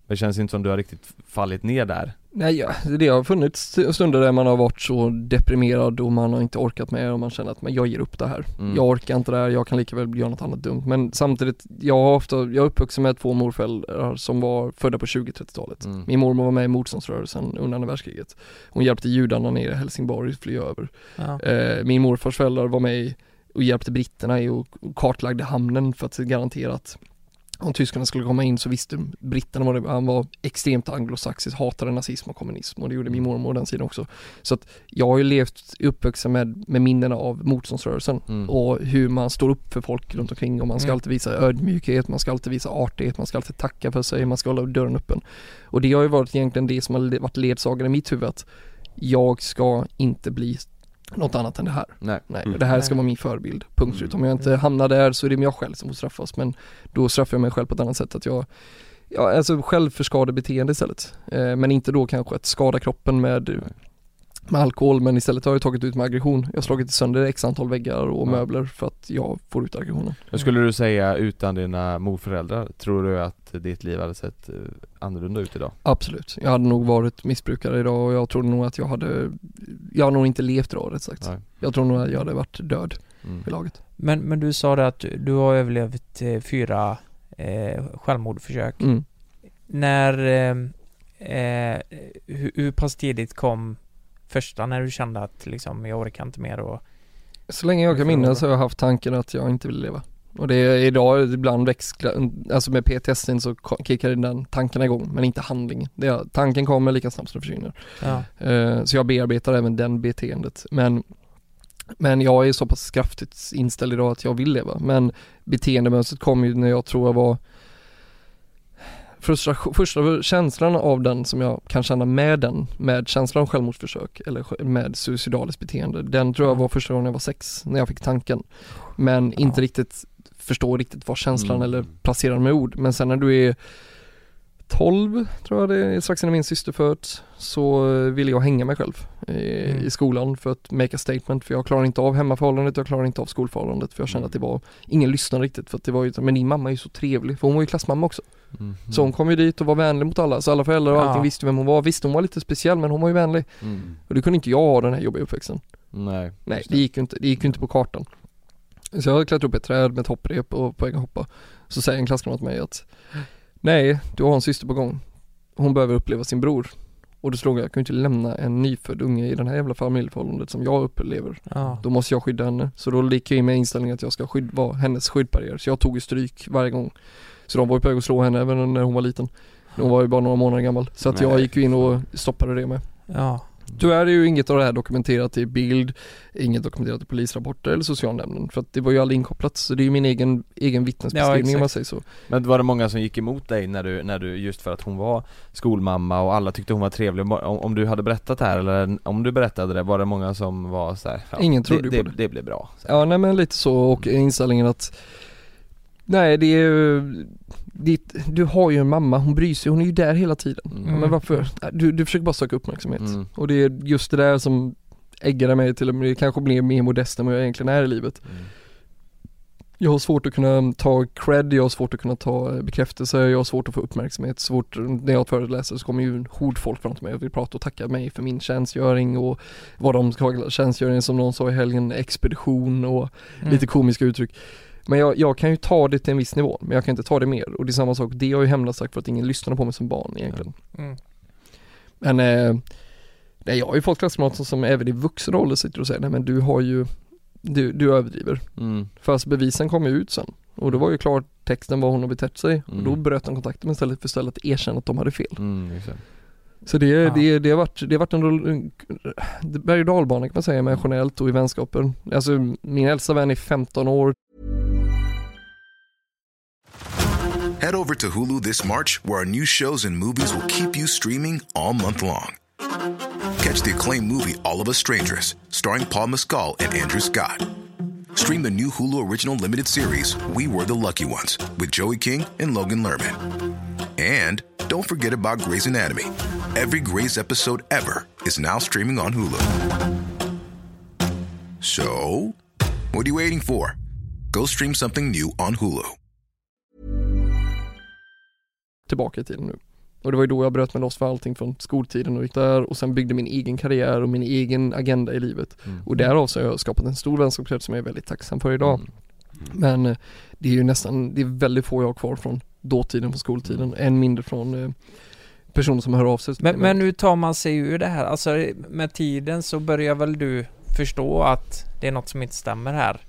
Det känns inte som du har riktigt fallit ner där. Nej, ja, det har funnits stunder där man har varit så deprimerad och man har inte orkat med och man känner att men jag ger upp det här. Mm. Jag orkar inte det här, jag kan lika väl göra något annat dumt. Men samtidigt, jag har ofta, jag är uppvuxen med två morföräldrar som var födda på tjugo-trettiotalet. Mm. Min mormor var med i motståndsrörelsen under andra världskriget. Hon hjälpte judarna ner i Helsingborg att fly över. Ja. Eh, min morfars föräldrar var med och hjälpte britterna i och kartlagde hamnen för att garantera att om tyskarna skulle komma in så visste britterna var det, han var extremt anglosaxiskt, hatade nazism och kommunism och det gjorde min mormor den sidan också. Så att jag har ju levt uppvuxen med, med minnena av motståndsrörelsen mm. och hur man står upp för folk runt omkring och man ska mm. alltid visa ödmjukhet, man ska alltid visa artighet, man ska alltid tacka för sig, man ska hålla dörren öppen. Och det har ju varit egentligen det som har varit ledsagen i mitt huvud, att jag ska inte bli något annat än det här. Nej. Nej, mm. Det här ska vara min förebild. Punkt slut. Om jag inte hamnar där så är det jag själv som får straffas. Men då straffar jag mig själv på ett annat sätt. Att jag, ja, alltså självförskadebeteende istället. Eh, men inte då kanske att skada kroppen med, med alkohol. Men istället har jag tagit ut med aggression. Jag har slagit sönder x antal väggar och ja. möbler för att jag får ut aggressionen. Vad skulle du säga utan dina morföräldrar? Tror du att ditt liv hade sett annorlunda ut idag? Absolut. Jag hade nog varit missbrukare idag och jag tror nog att jag hade jag hade nog inte levt idag rätt sagt. Nej. Jag tror nog att jag hade varit död mm. i laget. Men, men du sa det att du har överlevt eh, fyra eh, självmordförsök. Mm. När eh, eh, hur, hur pass tidigt kom första när du kände att liksom, jag orkar inte mer? Och så länge jag kan minnas så har jag haft tanken att jag inte vill leva. Och det är idag ibland växlar, alltså med P T S D så kickar den tanken igång, men inte handlingen. Det är, tanken kommer lika snabbt som det försvinner. Ja. Uh, så jag bearbetar även den beteendet. Men, men jag är så pass kraftigt inställd idag att jag vill leva. Men beteendemönstret kom ju när jag tror jag var frustration, första känslan av den som jag kan känna med den, med känslan av självmordsförsök eller med suicidaliskt beteende. Den tror jag var första gången jag var sex, när jag fick tanken. Men ja. inte riktigt förstå riktigt vad känslan mm. eller placera den med ord. Men sen när du är tolv, tror jag det är, strax innan min syster föds, så ville jag hänga mig själv i, mm. i skolan för att make a statement. För jag klarar inte av hemmaförhållandet, jag klarar inte av skolförhållandet. För jag kände mm. att det var, ingen lyssnade riktigt. För att det var ju, men din mamma är ju så trevlig, för hon var ju klassmamma också. Mm. Så hon kom ju dit och var vänlig mot alla. Så alla föräldrar och ja. allting visste vem hon var. Visst, hon var lite speciell, men hon var ju vänlig. Mm. Och det kunde inte jag ha den här jobbiga uppväxten. Nej, Nej det gick ju inte, det gick ju inte på kartan. Så jag hade klättrat upp ett träd med ett hopprep och på väg att hoppa. Så säger en klasskamrat till mig att nej, du har en syster på gång. Hon behöver uppleva sin bror. Och då slog jag, jag kan ju inte lämna en nyfödd unge i den här jävla familjeförhållandet som jag upplever. Ja. Då måste jag skydda henne. Så då gick jag in med inställningen att jag ska skydda, vara hennes skyddbarriär. Så jag tog ju stryk varje gång. Så de var ju på väg att slå henne även när hon var liten. Hon var ju bara några månader gammal. Så att jag gick ju in och stoppade det med. Ja. Tyvärr är ju inget av det här dokumenterat i bild, inget dokumenterat i polisrapporter eller socialnämnden, för att det var ju aldrig inkopplat, så det är ju min egen, egen vittnesbeskrivning ja, om man säger så. Men var det många som gick emot dig när du, när du just för att hon var skolmamma och alla tyckte hon var trevlig, om, om du hade berättat det här eller om du berättade det, var det många som var så här, ja, ingen trodde det, på det, det blev bra så. Ja, nej men lite så, och inställningen att nej, det är ju det, du har ju en mamma, hon bryr sig, hon är ju där hela tiden. Mm. Men varför? Du, du försöker bara söka uppmärksamhet. Mm. Och det är just det där som äggade mig till att det kanske blir mer modest än vad jag egentligen är i livet. Mm. Jag har svårt att kunna ta cred, jag har svårt att kunna ta bekräftelse, jag har svårt att få uppmärksamhet. Svårt, när jag föreläser så kommer ju hord folk fram till mig och vill prata och tacka mig för min tjänstgöring och vad de ska ha tjänstgöring, som någon sa i helgen, expedition och mm. lite komiska uttryck. Men jag, jag kan ju ta det till en viss nivå, men jag kan inte ta det mer. Och det är samma sak, det har ju hämnat sagt för att ingen lyssnade på mig som barn egentligen. Mm. Men eh, nej, jag har ju fått klasskamrater som även i vuxen ålder sitter och säger nej men du har ju, du, du överdriver. Mm. Fast bevisen kom ju ut sen. Och då var ju klart texten vad hon har betett sig. Mm. Och då bröt de kontakten istället för istället att erkänna att de hade fel. Mm, exakt. Så det, ja. det, det, har varit, det har varit en berg- och dalbana kan man säga, emotionellt och i vänskaper. Alltså min äldsta vän är femton år. Head over to Hulu this March, where our new shows and movies will keep you streaming all month long. Catch the acclaimed movie All of Us Strangers, starring Paul Mescal and Andrew Scott. Stream the new Hulu original limited series We Were the Lucky Ones with Joey King and Logan Lerman. And don't forget about Grey's Anatomy. Every Grey's episode ever is now streaming on Hulu. So, what are you waiting for? Go stream something new on Hulu. Tillbaka i tiden nu. Och det var ju då jag bröt mig loss för allting från skoltiden och gick där och sen byggde min egen karriär och min egen agenda i livet. Mm. Och därav så har jag skapat en stor vänskapskrets som jag är väldigt tacksam för idag. Mm. Men eh, det är ju nästan, det är väldigt få jag har kvar från dåtiden, från skoltiden. Mm. Än mindre från eh, personer som hör av sig. Men, men nu tar man sig ur det här. Alltså med tiden så börjar väl du förstå att det är något som inte stämmer här.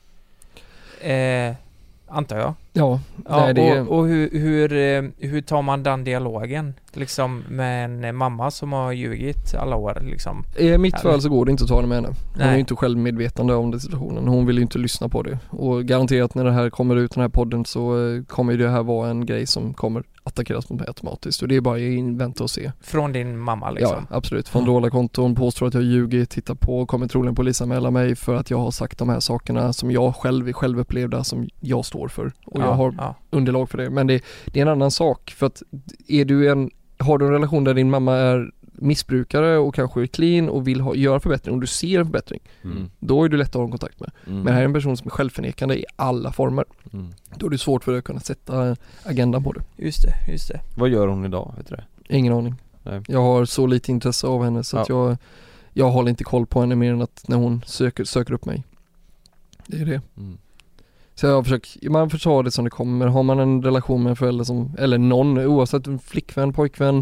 Eh, antar jag. Ja. ja nej, det... Och, och hur, hur, hur tar man den dialogen liksom med en mamma som har ljugit alla år liksom? I mitt fall så går det inte att ta det med henne. Hon nej. är ju inte själv medvetande om den situationen. Hon vill ju inte lyssna på det. Och garanterat när det här kommer ut, den här podden, så kommer det här vara en grej som kommer attackeras mot mig automatiskt. Och det är bara att vänta och se. Från din mamma liksom? Ja, absolut. Från dolda konton, påstår att jag ljugit, tittar på, kommer troligen polisanmäla mig för att jag har sagt de här sakerna som jag själv är själv upplevda, som jag står för. Och ja, jag har ja. underlag för det. Men det, det är en annan sak. För att är du en, har du en relation där din mamma är missbrukare och kanske är clean och vill ha, göra förbättring, och du ser en förbättring, mm. då är du lätt att ha kontakt med. Mm. Men här är en person som är självförnekande i alla former. Mm. Då är det svårt för dig att kunna sätta agendan på det. Just det, just det. Vad gör hon idag, vet du det? Ingen aning. Nej. Jag har så lite intresse av henne så ja. att jag, jag håller inte koll på henne mer än att när hon söker, söker upp mig. Det är det. Mm. Så jag försöker, man får ta det som det kommer. Har man en relation med en förälder som, eller någon, oavsett en flickvän, pojkvän,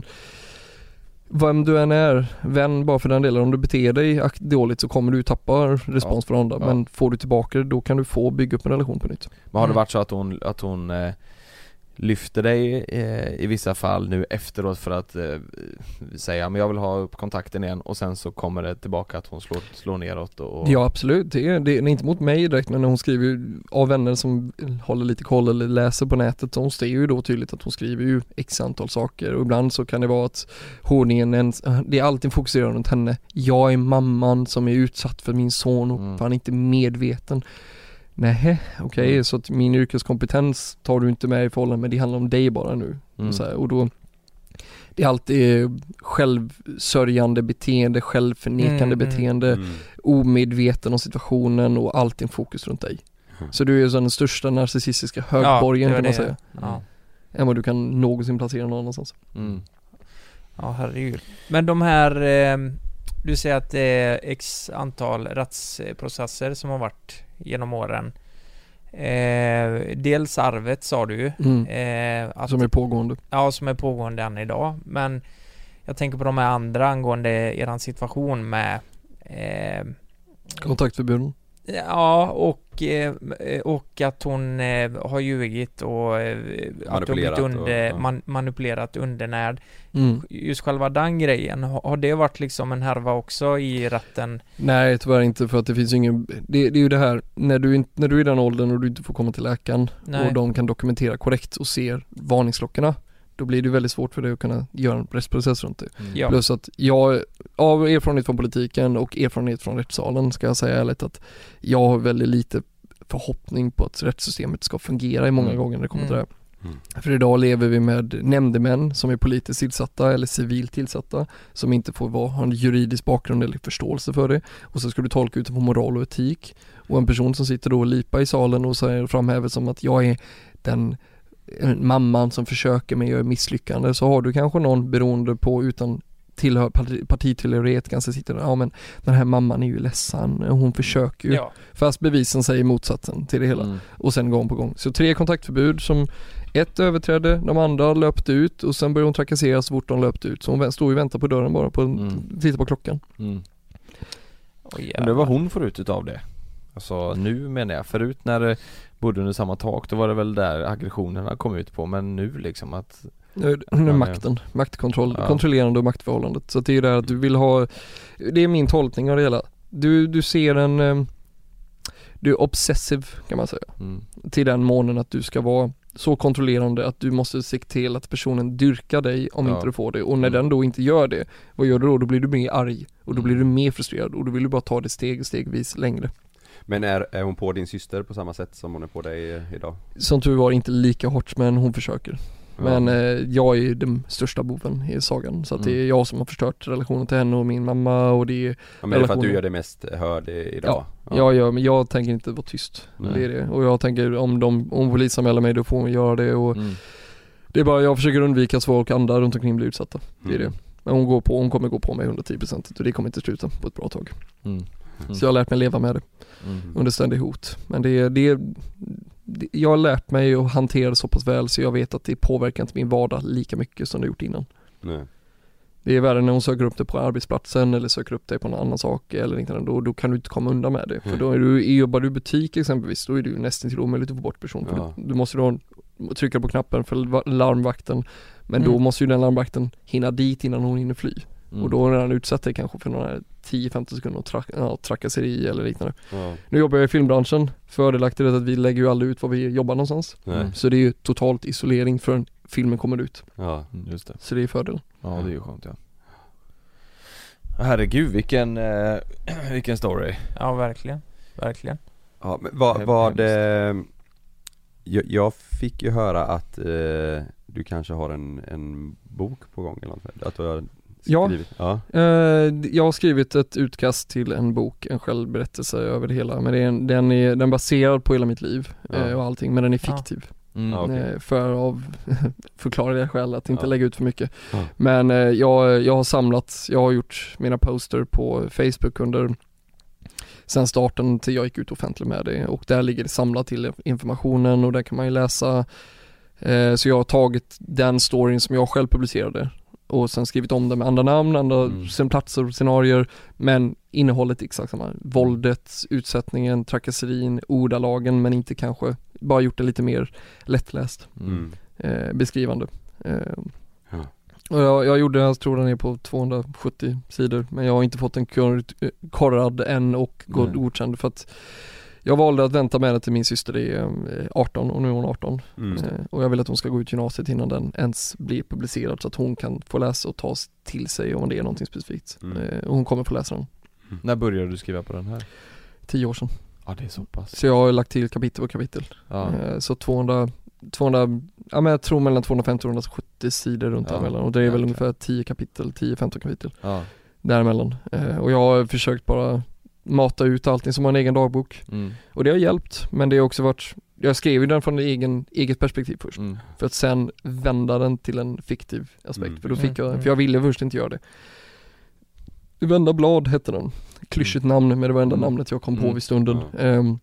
vem du än är, vän bara för den delen, om du beter dig dåligt så kommer du tappa respons ja, från andra. Ja. Men får du tillbaka det, då kan du få bygga upp en relation på nytt. Men har det varit så att hon, att hon eh, lyfter dig eh, i vissa fall nu efteråt för att eh, säga men jag vill ha upp kontakten igen, och sen så kommer det tillbaka att hon slår, slår neråt och... Ja, absolut, det är, det är inte mot mig direkt, men när hon skriver av vänner som håller lite koll eller läser på nätet, så hon ser ju då tydligt att hon skriver ju x antal saker, och ibland så kan det vara att hon är en, det är alltid fokuserat runt henne. Jag är mamman som är utsatt för min son och mm. han är inte medveten. Nej, okej, okay, mm. så att min yrkeskompetens tar du inte med i förhållande, men det handlar om dig bara nu. Mm. Och, så här, och då, det är alltid självsörjande beteende, självförnekande mm, beteende, mm. omedveten om situationen och allting fokus runt dig. Mm. Så du är så den största narcissistiska högborgen, ja, kan man det. säga. Ja. Än vad du kan någonsin placera någon annanstans. Mm. Ja, herregud. Men de här, eh, du säger att det är x antal rättsprocesser som har varit genom åren. Eh, dels arvet sa du mm. eh, att, som är pågående. Ja, som är pågående än idag. Men jag tänker på de här andra angående eran situation med eh, kontaktförbuden. Ja, och, eh, och att hon eh, har ljugit och eh, att hon blivit under, och, ja. man, manipulerat undernärd. Mm. Just själva den grejen, har, har det varit liksom en härva också i rätten? Nej, tyvärr inte, för att det finns ingen, det, det är ju det här, när du, när du är i den åldern och du inte får komma till läkaren Nej. och de kan dokumentera korrekt och ser varningsklockorna, då blir det väldigt svårt för dig att kunna göra en rättsprocess runt det. Mm. Ja. Plus att jag, av erfarenhet från politiken och erfarenhet från rättssalen, ska jag säga ärligt att jag har väldigt lite förhoppning på att rättssystemet ska fungera i många mm. gånger när det kommer till det här. Mm. För idag lever vi med nämndemän som är politiskt tillsatta eller civilt tillsatta, som inte får vara, ha en juridisk bakgrund eller förståelse för det. Och så ska du tolka utifrån moral och etik. Och en person som sitter då och lipa i salen och säger, framhäver som att jag är den mamman som försöker men gör misslyckande, så har du kanske någon beroende på utan tillhör, partitillhörighet kanske sitter där, ja men den här mamman är ju ledsen, hon försöker ju, ja. fast bevisen säger motsatsen till det hela. Mm. Och sen gång på gång. Så tre kontaktförbud som ett överträdde, de andra löpte ut och sen började hon trakassera så fort de löpte ut. Så hon stod och väntade på dörren bara på mm. titta på klockan. Mm. Oh, men det var hon får ut utav det. Alltså nu menar jag, förut när det bodde under samma tak, då var det väl där aggressionerna kom ut på, men nu liksom att nu, nu är makten, maktkontroll, ja. kontrollerande och maktförhållandet. Så det är ju där att du vill ha, det är min tolkning av det hela. Du, du ser en, du är obsessiv kan man säga, mm. till den månen att du ska vara så kontrollerande att du måste se till att personen dyrkar dig om ja. inte du får det. Och när mm. den då inte gör det, vad gör du då? Då blir du mer arg och då blir du mer frustrerad och då vill du bara ta det steg stegvis längre. Men är, är hon på din syster på samma sätt som hon är på dig idag? Som tur var inte lika hårt, men hon försöker. Ja. Men eh, jag är den största boven i sagan. Så att mm. det är jag som har förstört relationen till henne och min mamma. Och det är ja, men det är för att du gör det mest hörd idag? Ja, ja. Jag gör, men jag tänker inte vara tyst. Det är det. Och jag tänker om de om polisanmäler mig, då får hon göra det. Och mm. Det är bara, jag försöker undvika att folk andra runt omkring blir utsatta. Det är mm. det. Men hon, går på, hon kommer gå på mig hundratio procent och det kommer inte sluta på ett bra tag. Mm. Mm. Så jag har lärt mig leva med det Mm. under ständig hot. Men det är, det är, det, jag har lärt mig att hantera det så pass väl så jag vet att det påverkar inte min vardag lika mycket som det gjort innan. Nej. Det är värre när hon söker upp det på arbetsplatsen eller söker upp det på någon annan sak eller liknande. Då, då kan du inte komma undan med det. För då är du, jobbar du i butik exempelvis, då är det ju nästan till omöjligt att få bort person. För Ja. du, du måste då trycka på knappen för larmvakten. Men Mm. då måste ju den larmvakten hinna dit innan hon hinner fly. Mm. Och då har den utsatt dig kanske för några tio femton sekunder och tra- ja, trakasseri eller liknande. Ja. Nu jobbar jag i filmbranschen. Fördelaktigt är att vi lägger ju aldrig ut var vi jobbar någonstans. Nej. Så det är ju totalt isolering förrän filmen kommer ut. Ja. Mm, just det. Så det är fördelen. Ja, det är ju skönt, ja. Herregud, vilken, eh, vilken story. Ja, verkligen. Verkligen. Ja, men vad, Hem- vad det, jag, jag fick ju höra att eh, du kanske har en, en bok på gång eller något, att du har Ja. skrivit. Ja. Eh, jag har skrivit ett utkast till en bok, en självberättelse över det hela. Men det är en, den är den är baserad på hela mitt liv Ja. eh, och allting, men den är Ja. fiktiv. Mm. Ja, okej. Eh, för av förklarliga skäl att inte Ja. lägga ut för mycket. Ja. Men eh, jag, jag har samlat, jag har gjort mina poster på Facebook under sen starten till jag gick ut offentligt med det och där ligger det samlat till informationen och där kan man ju läsa. Eh, så jag har tagit den storyn som jag själv publicerade och sen skrivit om den med andra namn, andra Mm. sen platser och scenarier, men innehållet är exakt samma. Våldet, utsättningen, trakasserin, ordalagen, men inte kanske, bara gjort det lite mer lättläst, Mm. eh, beskrivande. Eh, Ja. och jag, jag gjorde, jag tror den är på tvåhundrasjuttio sidor, men jag har inte fått den kor- korrad än och god- Nej. godkänd för att jag valde att vänta med det till min syster är eh, arton och nu är hon arton. Mm. Eh, och jag vill att hon ska gå ut gymnasiet innan den ens blir publicerad så att hon kan få läsa och ta s- till sig om det är någonting specifikt. Mm. Eh, och hon kommer få läsa den. När började du skriva på den här? Tio år sedan. Ja, det är så pass. Så jag har lagt till kapitel på kapitel. Ja. Eh, så tvåhundra, tvåhundra, ja men jag tror mellan tvåhundrafemtio och tvåhundrasjuttio sidor runt Ja, däremellan. Och det är väl jäklar. ungefär tio kapitel, tio femton kapitel Ja. däremellan. Eh, och jag har försökt bara mata ut allting som har en egen dagbok. Mm. Och det har hjälpt, men det har också varit, jag skrev ju den från egen, eget perspektiv först. Mm. För att sen vända den till en fiktiv aspekt. Mm. För då fick jag, Mm. för jag ville först inte göra det. Vända blad hette den. Klyschigt namn, men det var enda Mm. namnet jag kom på Mm. vid stunden. Ja. Ehm,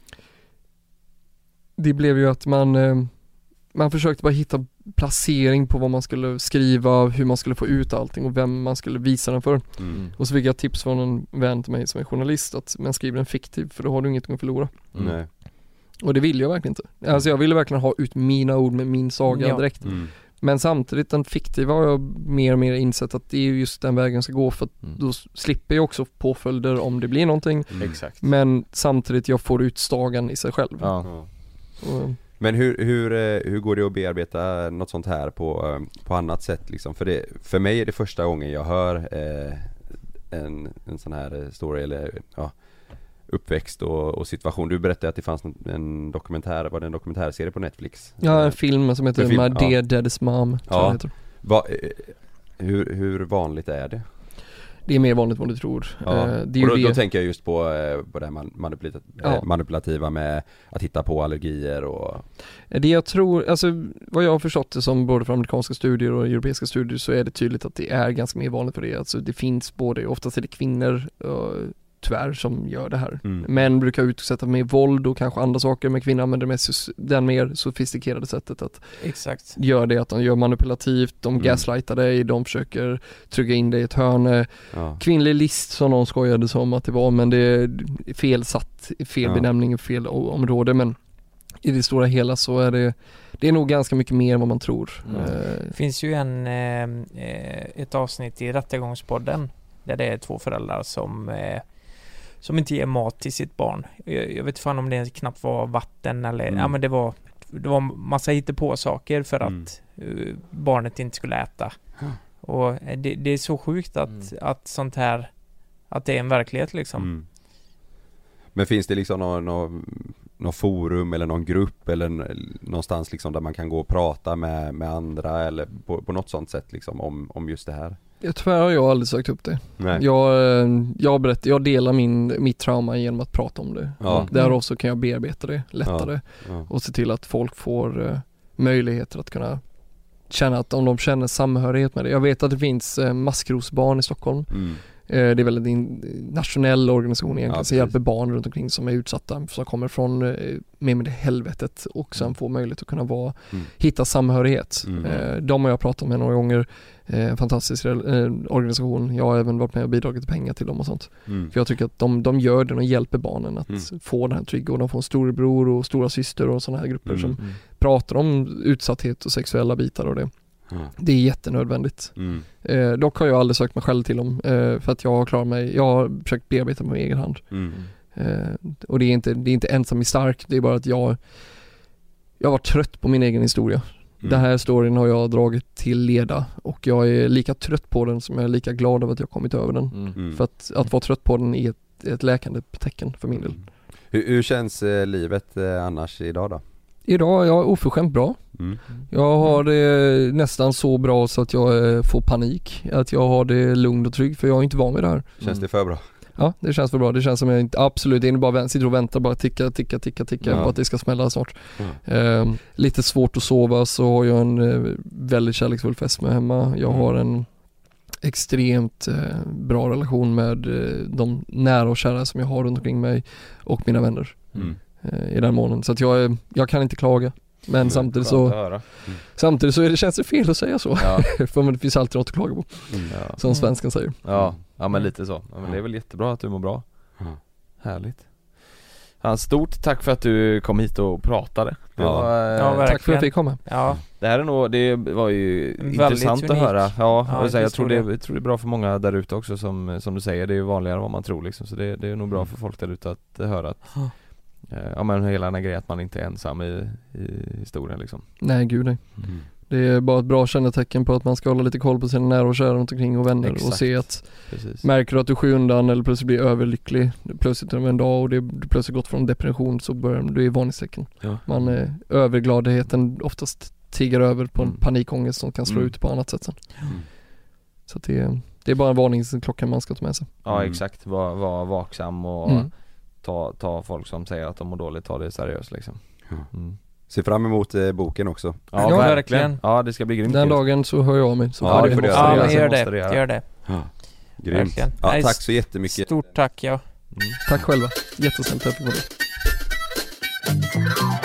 det blev ju att man, ehm, man försökte bara hitta placering på vad man skulle skriva, hur man skulle få ut allting och vem man skulle visa den för. Mm. Och så fick jag tips från en vän till mig som är journalist att man skriver en fiktiv för då har du inget att förlora. Mm. Nej. Och det ville jag verkligen inte. Alltså jag ville verkligen ha ut mina ord med min saga Ja. direkt. Mm. Men samtidigt den fiktiva har jag mer och mer insett att det är just den vägen jag ska gå för att Mm. då slipper jag också påföljder om det blir någonting. Mm. Exakt. Men samtidigt jag får ut stagen i sig själv. Ja. Ja. Och, Men hur, hur, eh, hur går det att bearbeta något sånt här på, eh, på annat sätt liksom? För, det, för mig är det första gången jag hör eh, en, en sån här eh, story eller ja, uppväxt och, och situation. Du berättade att det fanns en, en dokumentär, var det en dokumentärserie på Netflix? ja, en film som heter En film, My ja. Dear Daddy's Mom, tror Ja. jag heter. Va, eh, hur, hur vanligt är det? Det är mer vanligt än vad du tror. Ja. Eh, det är och då, ju då det. tänker jag just på, eh, på det här man- manipulita- Ja. eh, manipulativa med att hitta på allergier och Det jag tror, alltså vad jag har förstått det som både från amerikanska studier och europeiska studier så är det tydligt att det är ganska mer vanligt för det. Alltså det finns både, oftast är det kvinnor uh, tyvärr som gör det här. Mm. Män brukar utsätta med våld och kanske andra saker, men kvinnor använder mest sos- den mer sofistikerade sättet att Exakt. göra det, att de gör manipulativt, de Mm. gaslightar dig, de försöker trycka in dig i ett hörn. ja. Kvinnlig list som någon skojade som att det var, men det är fel satt, fel Ja. benämning, fel o- område, men i det stora hela så är det, det är nog ganska mycket mer än vad man tror. Mm. Eh, Det finns ju en, eh, eh, ett avsnitt i Rättegångspodden där det är två föräldrar som, eh, som inte ger mat till sitt barn. Jag, jag vet inte fan om det knappt var vatten eller, Mm. ja men det var, det var massa hittepå saker för Mm. att eh, barnet inte skulle äta. Och eh, det, det är så sjukt att, Mm. att sånt här, att det är en verklighet liksom. Mm. Men finns det liksom någon, någon, någon forum eller någon grupp eller n- någonstans liksom där man kan gå och prata med, med andra eller på, på något sånt sätt liksom om, om just det här? jag, tyvärr har jag aldrig sökt upp det. Nej. Jag, eh, jag, berättar, jag delar min, mitt trauma genom att prata om det. Ja. Och därav så kan jag bearbeta det lättare Ja. och se till att folk får eh, möjligheter att kunna känna att om de känner samhörighet med det. Jag vet att det finns eh, Maskrosbarn i Stockholm. Mm. Eh, det är väl en nationell organisation egentligen Ja, som hjälper barn runt omkring som är utsatta, som kommer från eh, med med det helvetet och sen Mm. får möjlighet att kunna vara, Mm. hitta samhörighet. Mm. Eh, de har jag pratat med några gånger. Eh, fantastisk eh, organisation. Jag har även varit med och bidragit till pengar till dem och sånt. Mm. För jag tycker att de, de gör det och hjälper barnen att Mm. få den här trygga, och de får en storebror och stora syster och sådana här grupper Mm. som Mm. pratar om utsatthet och sexuella bitar och det. Mm. Det är jättenödvändigt. Mm. Eh, dock har jag aldrig sökt mig själv till dem eh, för att jag har klarat mig, jag har försökt bearbeta på min egen hand. Mm. Eh, och det är, inte, det är inte ensam i stark, det är bara att jag jag var trött på min egen historia. Mm. Den här storyn har jag dragit till leda och jag är lika trött på den som jag är lika glad över att jag kommit över den. Mm. Mm. För att, att vara trött på den är ett, ett läkande tecken för min del. Hur, hur känns eh, livet eh, annars idag då? Idag är jag oförskämt bra. Mm. Jag har det nästan så bra så att jag eh, får panik. Att jag har det lugn och trygg, för jag är inte van vid det här. Känns det för bra? Ja, det känns för bra. Det känns som jag inte, absolut, det är bara vän, sitter och väntar, bara ticka, ticka, ticka, ticka Ja. på att det ska smälla snart. Ja. Eh, lite svårt att sova, så har jag en eh, väldigt kärleksfull fästmö hemma. Jag har en extremt eh, bra relation med eh, de nära och kära som jag har runt omkring mig och mina vänner Mm. eh, i den månen. Så att jag, är, jag kan inte klaga. Men Mm, samtidigt skönt att så höra. samtidigt så är det, känns det fel att säga så. Ja. För det finns alltid något att klaga på, Mm. Ja. som svenskan säger. Ja, ja men lite så. Ja, men det är väl jättebra att du mår bra. Ja. Härligt. Ja, stort tack för att du kom hit och pratade. Det, Ja. var, eh, Ja, verkligen. Tack för att jag fick komma. Ja, det här är nog, det var ju Väldigt intressant att unik. höra. Ja, Ja, jag, vill säga, jag, tror det, historia. jag tror det är bra för många där ute också, som, som du säger. Det är ju vanligare än vad man tror liksom. Så det, det är nog bra för folk där ute att eh, höra att Ja. eh, ja men hela den här grejen att man inte är ensam i, i historien liksom. Nej, gud nej. Mm. Det är bara ett bra kännetecken på att man ska hålla lite koll på sina nära och kära runt omkring och vänner. Exakt. Och se att, Precis. märker du att du skyr undan eller plötsligt blir överlycklig plötsligt över en dag och det du plötsligt gått från depression, så börjar det är varningstecken. Ja. Man eh, övergladheten oftast tiggar över på en Mm. panikångest som kan slå Mm. ut på annat sätt sen. Mm. Så att det, det är bara en varningsklocka man ska ta med sig. Ja Mm. exakt, var, var vaksam och Mm. ta, ta folk som säger att de mår dåligt, ta det seriöst liksom. Ja. Mm. Se fram emot eh, boken också. Ja, Ja, verkligen. verkligen. Ja, det ska bli grymt Den kul. dagen så hör jag av mig. Så Ja, får det får du måste göra. ja göra. men gör måste det, det göra. gör det. Grymt. Verkligen. Ja, Nej, tack så jättemycket. Stort tack ja. Tack själva. Jättesnällt att jag fick vara med.